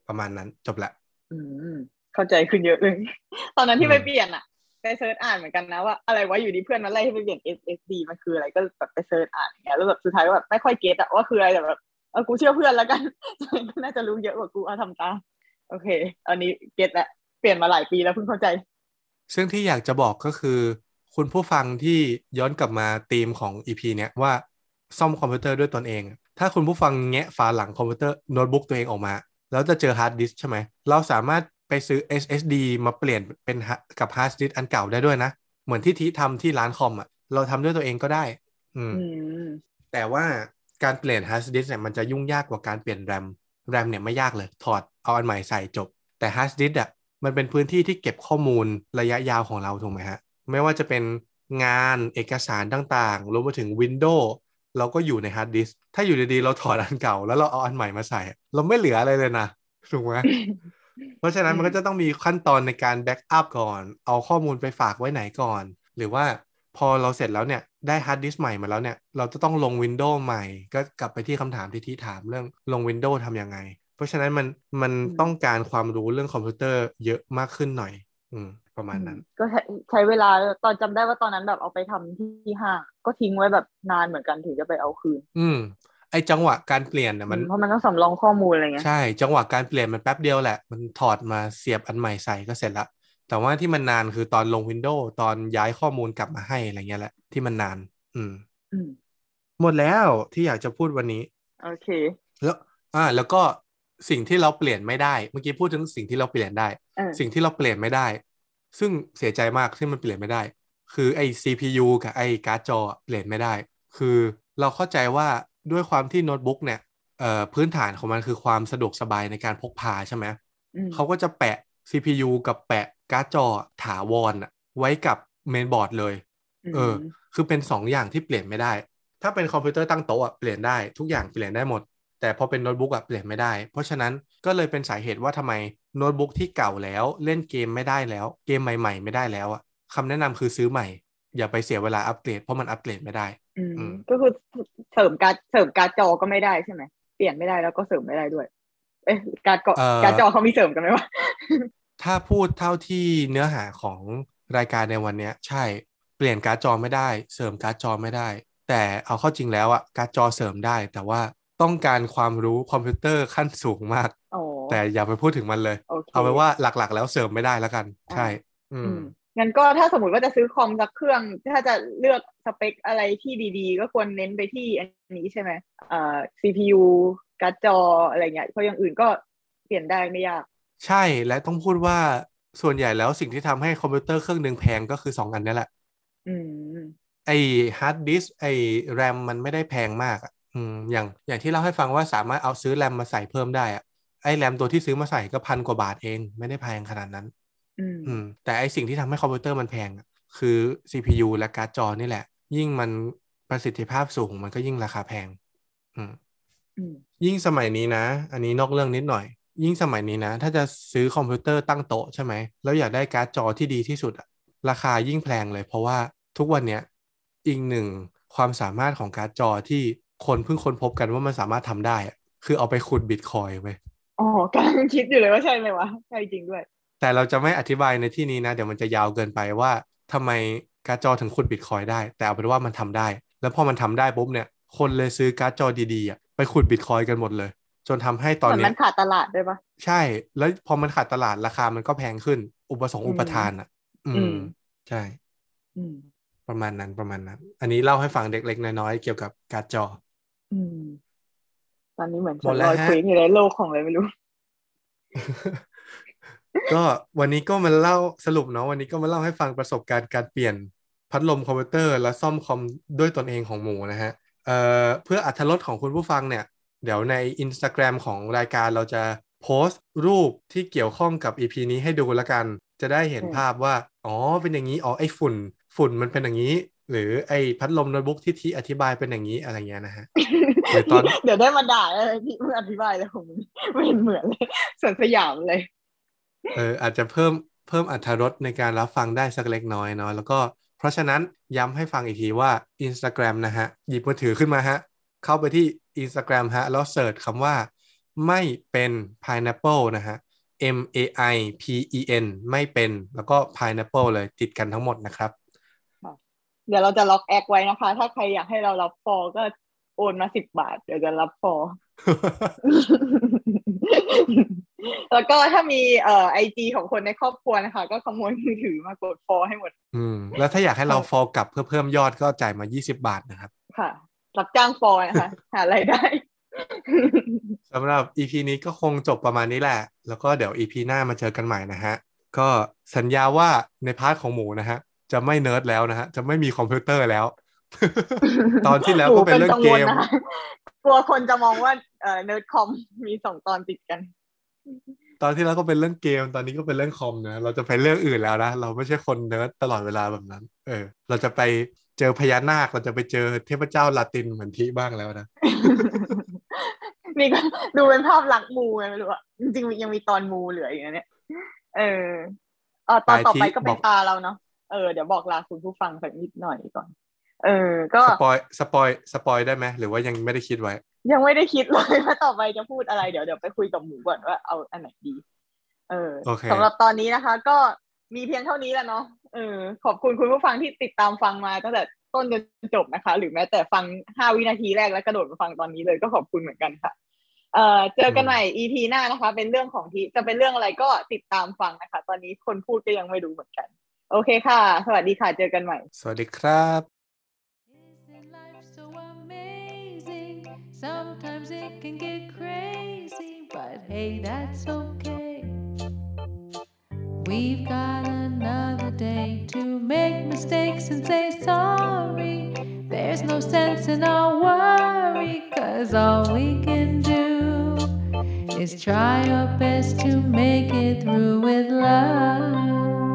ประมาณนั้นจบละอืมเข้าใจขึ้นเยอะเลย ตอนนั้นอืที่ไปมเปลี่ยนอะไปเซิร์ชอ่านเหมือนกันนะว่าอะไรวะอยู่ดีเพื่อนมาไล่ให้ไปเปลี่ยน เอส เอส ดี มันคืออะไรก็แบบไปเซิร์ชอ่านอย่างเงี้ยแล้วแบบสุดท้ายก็แบบไม่ค่อยเก็ตอะว่าคืออะไรแต่แบบเออกูเชื่อเพื่อนแล้วกัน ก็น่าจะรู้เยอะกว่ากูเอาทำตามโอเคอันนี้เก็ตละเปลี่ยนมาหลายปีแล้วเพิ่งเข้าใจซึ่งที่อยากจะบอกก็คือคุณผู้ฟังที่ย้อนกลับมาธีมของ อี พี เนี้ยว่าซ่อมคอมพิวเตอร์ด้วยตนเองถ้าคุณผู้ฟังแงะฝาหลังคอมพิวเตอร์โน้ตบุ๊กตัวเองออกมาแล้วจะเจอฮาร์ดดิสก์ใช่ไหมเราสามารถไปซื้อ เอส เอส ดี มาเปลี่ยนเป็นฮะกับฮาร์ดดิสก์อันเก่าได้ด้วยนะเหมือนที่ทีทำที่ร้านคอมอ่ะเราทำด้วยตัวเองก็ได้อืมอืมแต่ว่าการเปลี่ยนฮาร์ดดิสก์เนี่ยมันจะยุ่งยากกว่าการเปลี่ยนแรมแรมเนี่ยไม่ยากเลยถอดเอาอันใหม่ใส่จบแต่ฮาร์ดดิสก์อ่ะมันเป็นพื้นที่ที่เก็บข้อมูลระยะยาวของเราถูกไหมฮะไม่ว่าจะเป็นงานเอกสารต่างๆรวมไปถึง Windows เราก็อยู่ในฮาร์ดดิสก์ถ้าอยู่ดีๆเราถอดอันเก่าแล้วเราเอาอันใหม่มาใส่เราไม่เหลืออะไรเลยนะถูกไหมเพราะฉะนั้นอืมมันก็จะต้องมีขั้นตอนในการแบ็กอัพก่อนเอาข้อมูลไปฝากไว้ไหนก่อนหรือว่าพอเราเสร็จแล้วเนี่ยได้ฮาร์ดดิสก์ใหม่มาแล้วเนี่ยเราจะต้องลง Windows ใหม่ก็กลับไปที่คำถามที่ที่ถามเรื่องลง Windows ทำยังไงเพราะฉะนั้นมันมันอืมต้องการความรู้เรื่องคอมพิวเตอร์เยอะมากขึ้นหน่อยอืมประมาอืมณนั้นก็ใช้ใช้เวลาตอนจำได้ว่าตอนนั้นแบบเอาไปทำที่ห้างก็ทิ้งไว้แบบนานเหมือนกันถึงจะไปเอาคืนอืมไอจังหวะการเปลี่ยนเนี่ยมันอืมเพราะมันต้องสำรองข้อมูลอะไรเงี้ยใช่จังหวะการเปลี่ยนมันแป๊บเดียวแหละมันถอดมาเสียบอันใหม่ใส่ก็เสร็จละแต่ว่าที่มันนานคือตอนลง Windows ตอนย้ายข้อมูลกลับมาให้อะไรเงี้ยแหละที่มันนานอืมอืมหมดแล้วที่อยากจะพูดวันนี้โอเคแล้วอ่าแล้วก็สิ่งที่เราเปลี่ยนไม่ได้เมื่อกี้พูดถึงสิ่งที่เราเปลี่ยนได้เออสิ่งที่เราเปลี่ยนไม่ได้ซึ่งเสียใจมากที่มันเปลี่ยนไม่ได้คือไอ้ ซี พี ยู กับไอ้การ์ดจอเปลี่ยนไม่ได้คือเราเข้าใจว่าด้วยความที่โน้ตบุ๊กเนี่ยเอ่อพื้นฐานของมันคือความสะดวกสบายในการพกพาใช่ไหมอืมเขาก็จะแปะ ซี พี ยู กับแปะการ์ดจอถาวรอะไว้กับเมนบอร์ดเลยอืเออมคือเป็นสองอย่างที่เปลี่ยนไม่ได้ถ้าเป็นคอมพิวเตอร์ตั้งโต๊ะอะเปลี่ยนได้ทุกอย่างเปลี่ยนได้หมด แต่พอเป็นโน้ตบุ๊กอะเปลี่ยนไม่ได้ เพราะฉะนั้นก็เลยเป็นสาเหตุว่าทำไมโน้ตบุ๊กที่เก่าแล้วเล่นเกมไม่ได้แล้วเกมใหม่ๆไม่ได้แล้วอะคำแนะนำคือซื้อใหม่อย่าไปเสียเวลาอัปเกรดเพราะมันอัปเกรดไม่ได้อืมอืมก็คือเสริมการเสริมการ์ดจอก็ไม่ได้ใช่ไหมเปลี่ยนไม่ได้แล้วก็เสริมไม่ได้ด้วยเอ๊ะการ์ดจอเอ่การ์ดอจอเขามีเสริมกันไหมวะถ้าพูดเท่าที่เนื้อหาของรายการในวันเนี้ยใช่เปลี่ยนการ์ดจอไม่ได้เสริมการ์ดจอไม่ได้แต่เอาเข้าจริงแล้วอะการ์ดจอเสริมได้แต่ว่าต้องการความรู้คอมพิวเตอร์ขั้นสูงมากอ๋อแต่อย่าไปพูดถึงมันเลยโอเคเอาไปว่าหลักๆแล้วเสริมไม่ได้แล้วกันอ่าใช่อืมอืมงั้นก็ถ้าสมมติว่าจะซื้อคอมสักเครื่องถ้าจะเลือกสเปคอะไรที่ดีๆก็ควรเน้นไปที่อันนี้ใช่ไหมอ่า ซี พี ยู การ์ดจออะไรเงี้ยเพราะอย่างอื่นก็เปลี่ยนได้ไม่ยากใช่และต้องพูดว่าส่วนใหญ่แล้วสิ่งที่ทำให้คอมพิวเตอร์เครื่องหนึ่งแพงก็คือสองอันนี้แหละอืมไอฮาร์ดดิสก์ไอแรมมันไม่ได้แพงมากอ่ะอืมอย่างอย่างที่เล่าให้ฟังว่าสามารถเอาซื้อแรมมาใส่เพิ่มได้อ่ะไอแรมตัวที่ซื้อมาใส่ก็พันกว่าบาทเองไม่ได้แพงขนาดนั้นอืมอืมแต่ไอสิ่งที่ทำให้คอมพิวเตอร์มันแพงอะคือ ซี พี ยู และการ์ดจอนี่แหละยิ่งมันประสิทธิภาพสูงมันก็ยิ่งราคาแพงอืมอืมยิ่งสมัยนี้นะอันนี้นอกเรื่องนิดหน่อยยิ่งสมัยนี้นะถ้าจะซื้อคอมพิวเตอร์ตั้งโต๊ะใช่ไหมแล้วอยากได้การ์ดจอที่ดีที่สุดอะราคายิ่งแพงเลยเพราะว่าทุกวันเนี้ยอีกหนึ่งความสามารถของการ์ดจอที่คนเพิ่งค้นพบกันว่ามันสามารถทำได้อะคือเอาไปขุดบิตคอยน์ไปอ๋อกำลังคิดอยู่เลยว่าใช่ไหมวะใช่จริงด้วยแต่เราจะไม่อธิบายในที่นี้นะเดี๋ยวมันจะยาวเกินไปว่าทำไมการ์ดจอถึงขุดบิตคอยน์ได้แต่เอาเป็นว่ามันทำได้แล้วพอมันทำได้ปุ๊บเนี่ยคนเลยซื้อการ์ดจอดีๆอะไปขุดบิตคอยน์กันหมดเลยจนทำให้ตอนเนี้ยเหมือนมันขาดตลาดด้วยปะใช่แล้วพอมันขาดตลาดราคามันก็แพงขึ้นอุปสงค์อือุปทานมอ่ะอืมอืมใช่อืมประมาณนั้นประมาณนั้นอันนี้เล่าให้ฟังเด็กเล็กน้อยๆเกี่ยวกับการ์ดจออืมตอนนี้เหมือนหมดแล้วฮะฉันลอยเคว้งอยู่ในโลกของอะไรไม่รู้ก็วันนี้ก็มาเล่าสรุปเนาะวันนี้ก็มาเล่าให้ฟังประสบการณ์การเปลี่ยนพัดลมคอมพิวเตอร์และซ่อมคอมด้วยตนเองของหมูนะฮะเอ่อเพื่ออรรถรสของคุณผู้ฟังเนี่ยเดี๋ยวใน Instagram ของรายการเราจะโพสต์รูปที่เกี่ยวข้องกับ อี พี นี้ให้ดูแล้วกันจะได้เห็นอืมภาพว่าอ๋อเป็นอย่างนี้อ๋อไอ้ฝุ่นฝุ่นมันเป็นอย่างนี้หรือไอ้พัดลมโน้ตบุ๊กที่ทีอธิบายเป็นอย่างนี้อะไรเงี้ยนะฮะหรือตอนเดี๋ยวได้มาด่าเลยพี่เมื่ออธิบายเลยผมไม่เห็นเหมือนเลยสวนสยามเลยเอออาจจะเพิ่มเพิ่มอรรถรสในการรับฟังได้สักเล็กน้อยเนาะแล้วก็เพราะฉะนั้นย้ำให้ฟังอีกทีว่า Instagram นะฮะหยิบมือถือขึ้นมาฮะเข้าไปที่ Instagram ฮะแล้วเสิร์ชคำว่าไม่เป็น pineapple นะฮะ M A I P E N ไม่เป็นแล้วก็ pineapple เลยติดกันทั้งหมดนะครับเดี๋ยวเราจะล็อกแอคไว้นะคะถ้าใครอยากให้เรารับฟอร์ก็โอนมาสิบบาทเดี๋ยวจะรับฟอร์ แล้วก็ถ้ามีเอ่อไอจีของคนในครอบครัวนะคะก็ขโมยมือถือมากดฟอร์ให้หมดอืมแล้วถ้าอยากให้เราฟอร์กลับเพื่อเพิ่มยอดก็จ่ายมายี่สิบบาทนะครับค่ะรับจ้างฟอร์นะคะ หารายได้สำหรับ อี พี นี้ก็คงจบประมาณนี้แหละแล้วก็เดี๋ยว อี พี หน้ามาเจอกันใหม่นะฮะก็สัญญาว่าในพาร์ทของหมูนะฮะจะไม่เนิร์ดแล้วนะฮะจะไม่มีคอมพิวเตอร์แล้ว ตอนที่แล้วก็เป็นเรื่องเกมกลัวคนจะมองว่าเอ่อเนิร์ดคอมมีสองตอนติดกันตอนที่แล้วก็เป็นเรื่องเกมตอนนี้ก็เป็นเรื่องคอมนะเราจะไปเรื่องอื่นแล้วนะเราไม่ใช่คนเนิร์ดตลอดเวลาแบบนั้นเออเราจะไปเจอพญานาคเราจะไปเจอเทพเจ้าลาตินเหมือนที่บ้างแล้วนะนี่ก็ดูเป็นภาพลักษณ์มูไงไม่รู้อะจริงๆยังมีตอนมูเหลืออยู่นะเนี่ยเออเออตอนต่อไปก็เป็นตาเราเนาะเออเดี๋ยวบอกลาคุณผู้ฟังสักนิดหน่อยก่อนเออก็สปอยสปอยสปอยได้ไหมหรือว่ายังไม่ได้คิดไว้ยังไม่ได้คิดเลยว่าต่อไปจะพูดอะไรเดี๋ยวเดี๋ยวไปคุยกับหมูก่อนว่าเอาอันไหนดีเออ okay. สำหรับตอนนี้นะคะก็มีเพียงเท่านี้แล้วเนาะเออขอบคุณคุณผู้ฟังที่ติดตามฟังมาตั้งแต่ต้นจนจบนะคะหรือแม้แต่ฟังห้าวินาทีแรกแล้วกระโดดมาฟังตอนนี้เลยก็ขอบคุณเหมือนกันค่ะเอ่อเจอกันใหม่ อี พี หน้านะคะเป็นเรื่องของที่จะเป็นเรื่องอะไรก็ติดตามฟังนะคะตอนนี้คนพูดก็ยังไม่รู้เหมือนกันโอเคค่ะสวัสดีค่ะเจอกันใหม่สวัสดีครับ Sometimes it can get crazy, but hey, that's okay. We've got another day to make mistakes and say sorry. There's no sense in our worry, 'cause all we can do is try our best to make it through with love.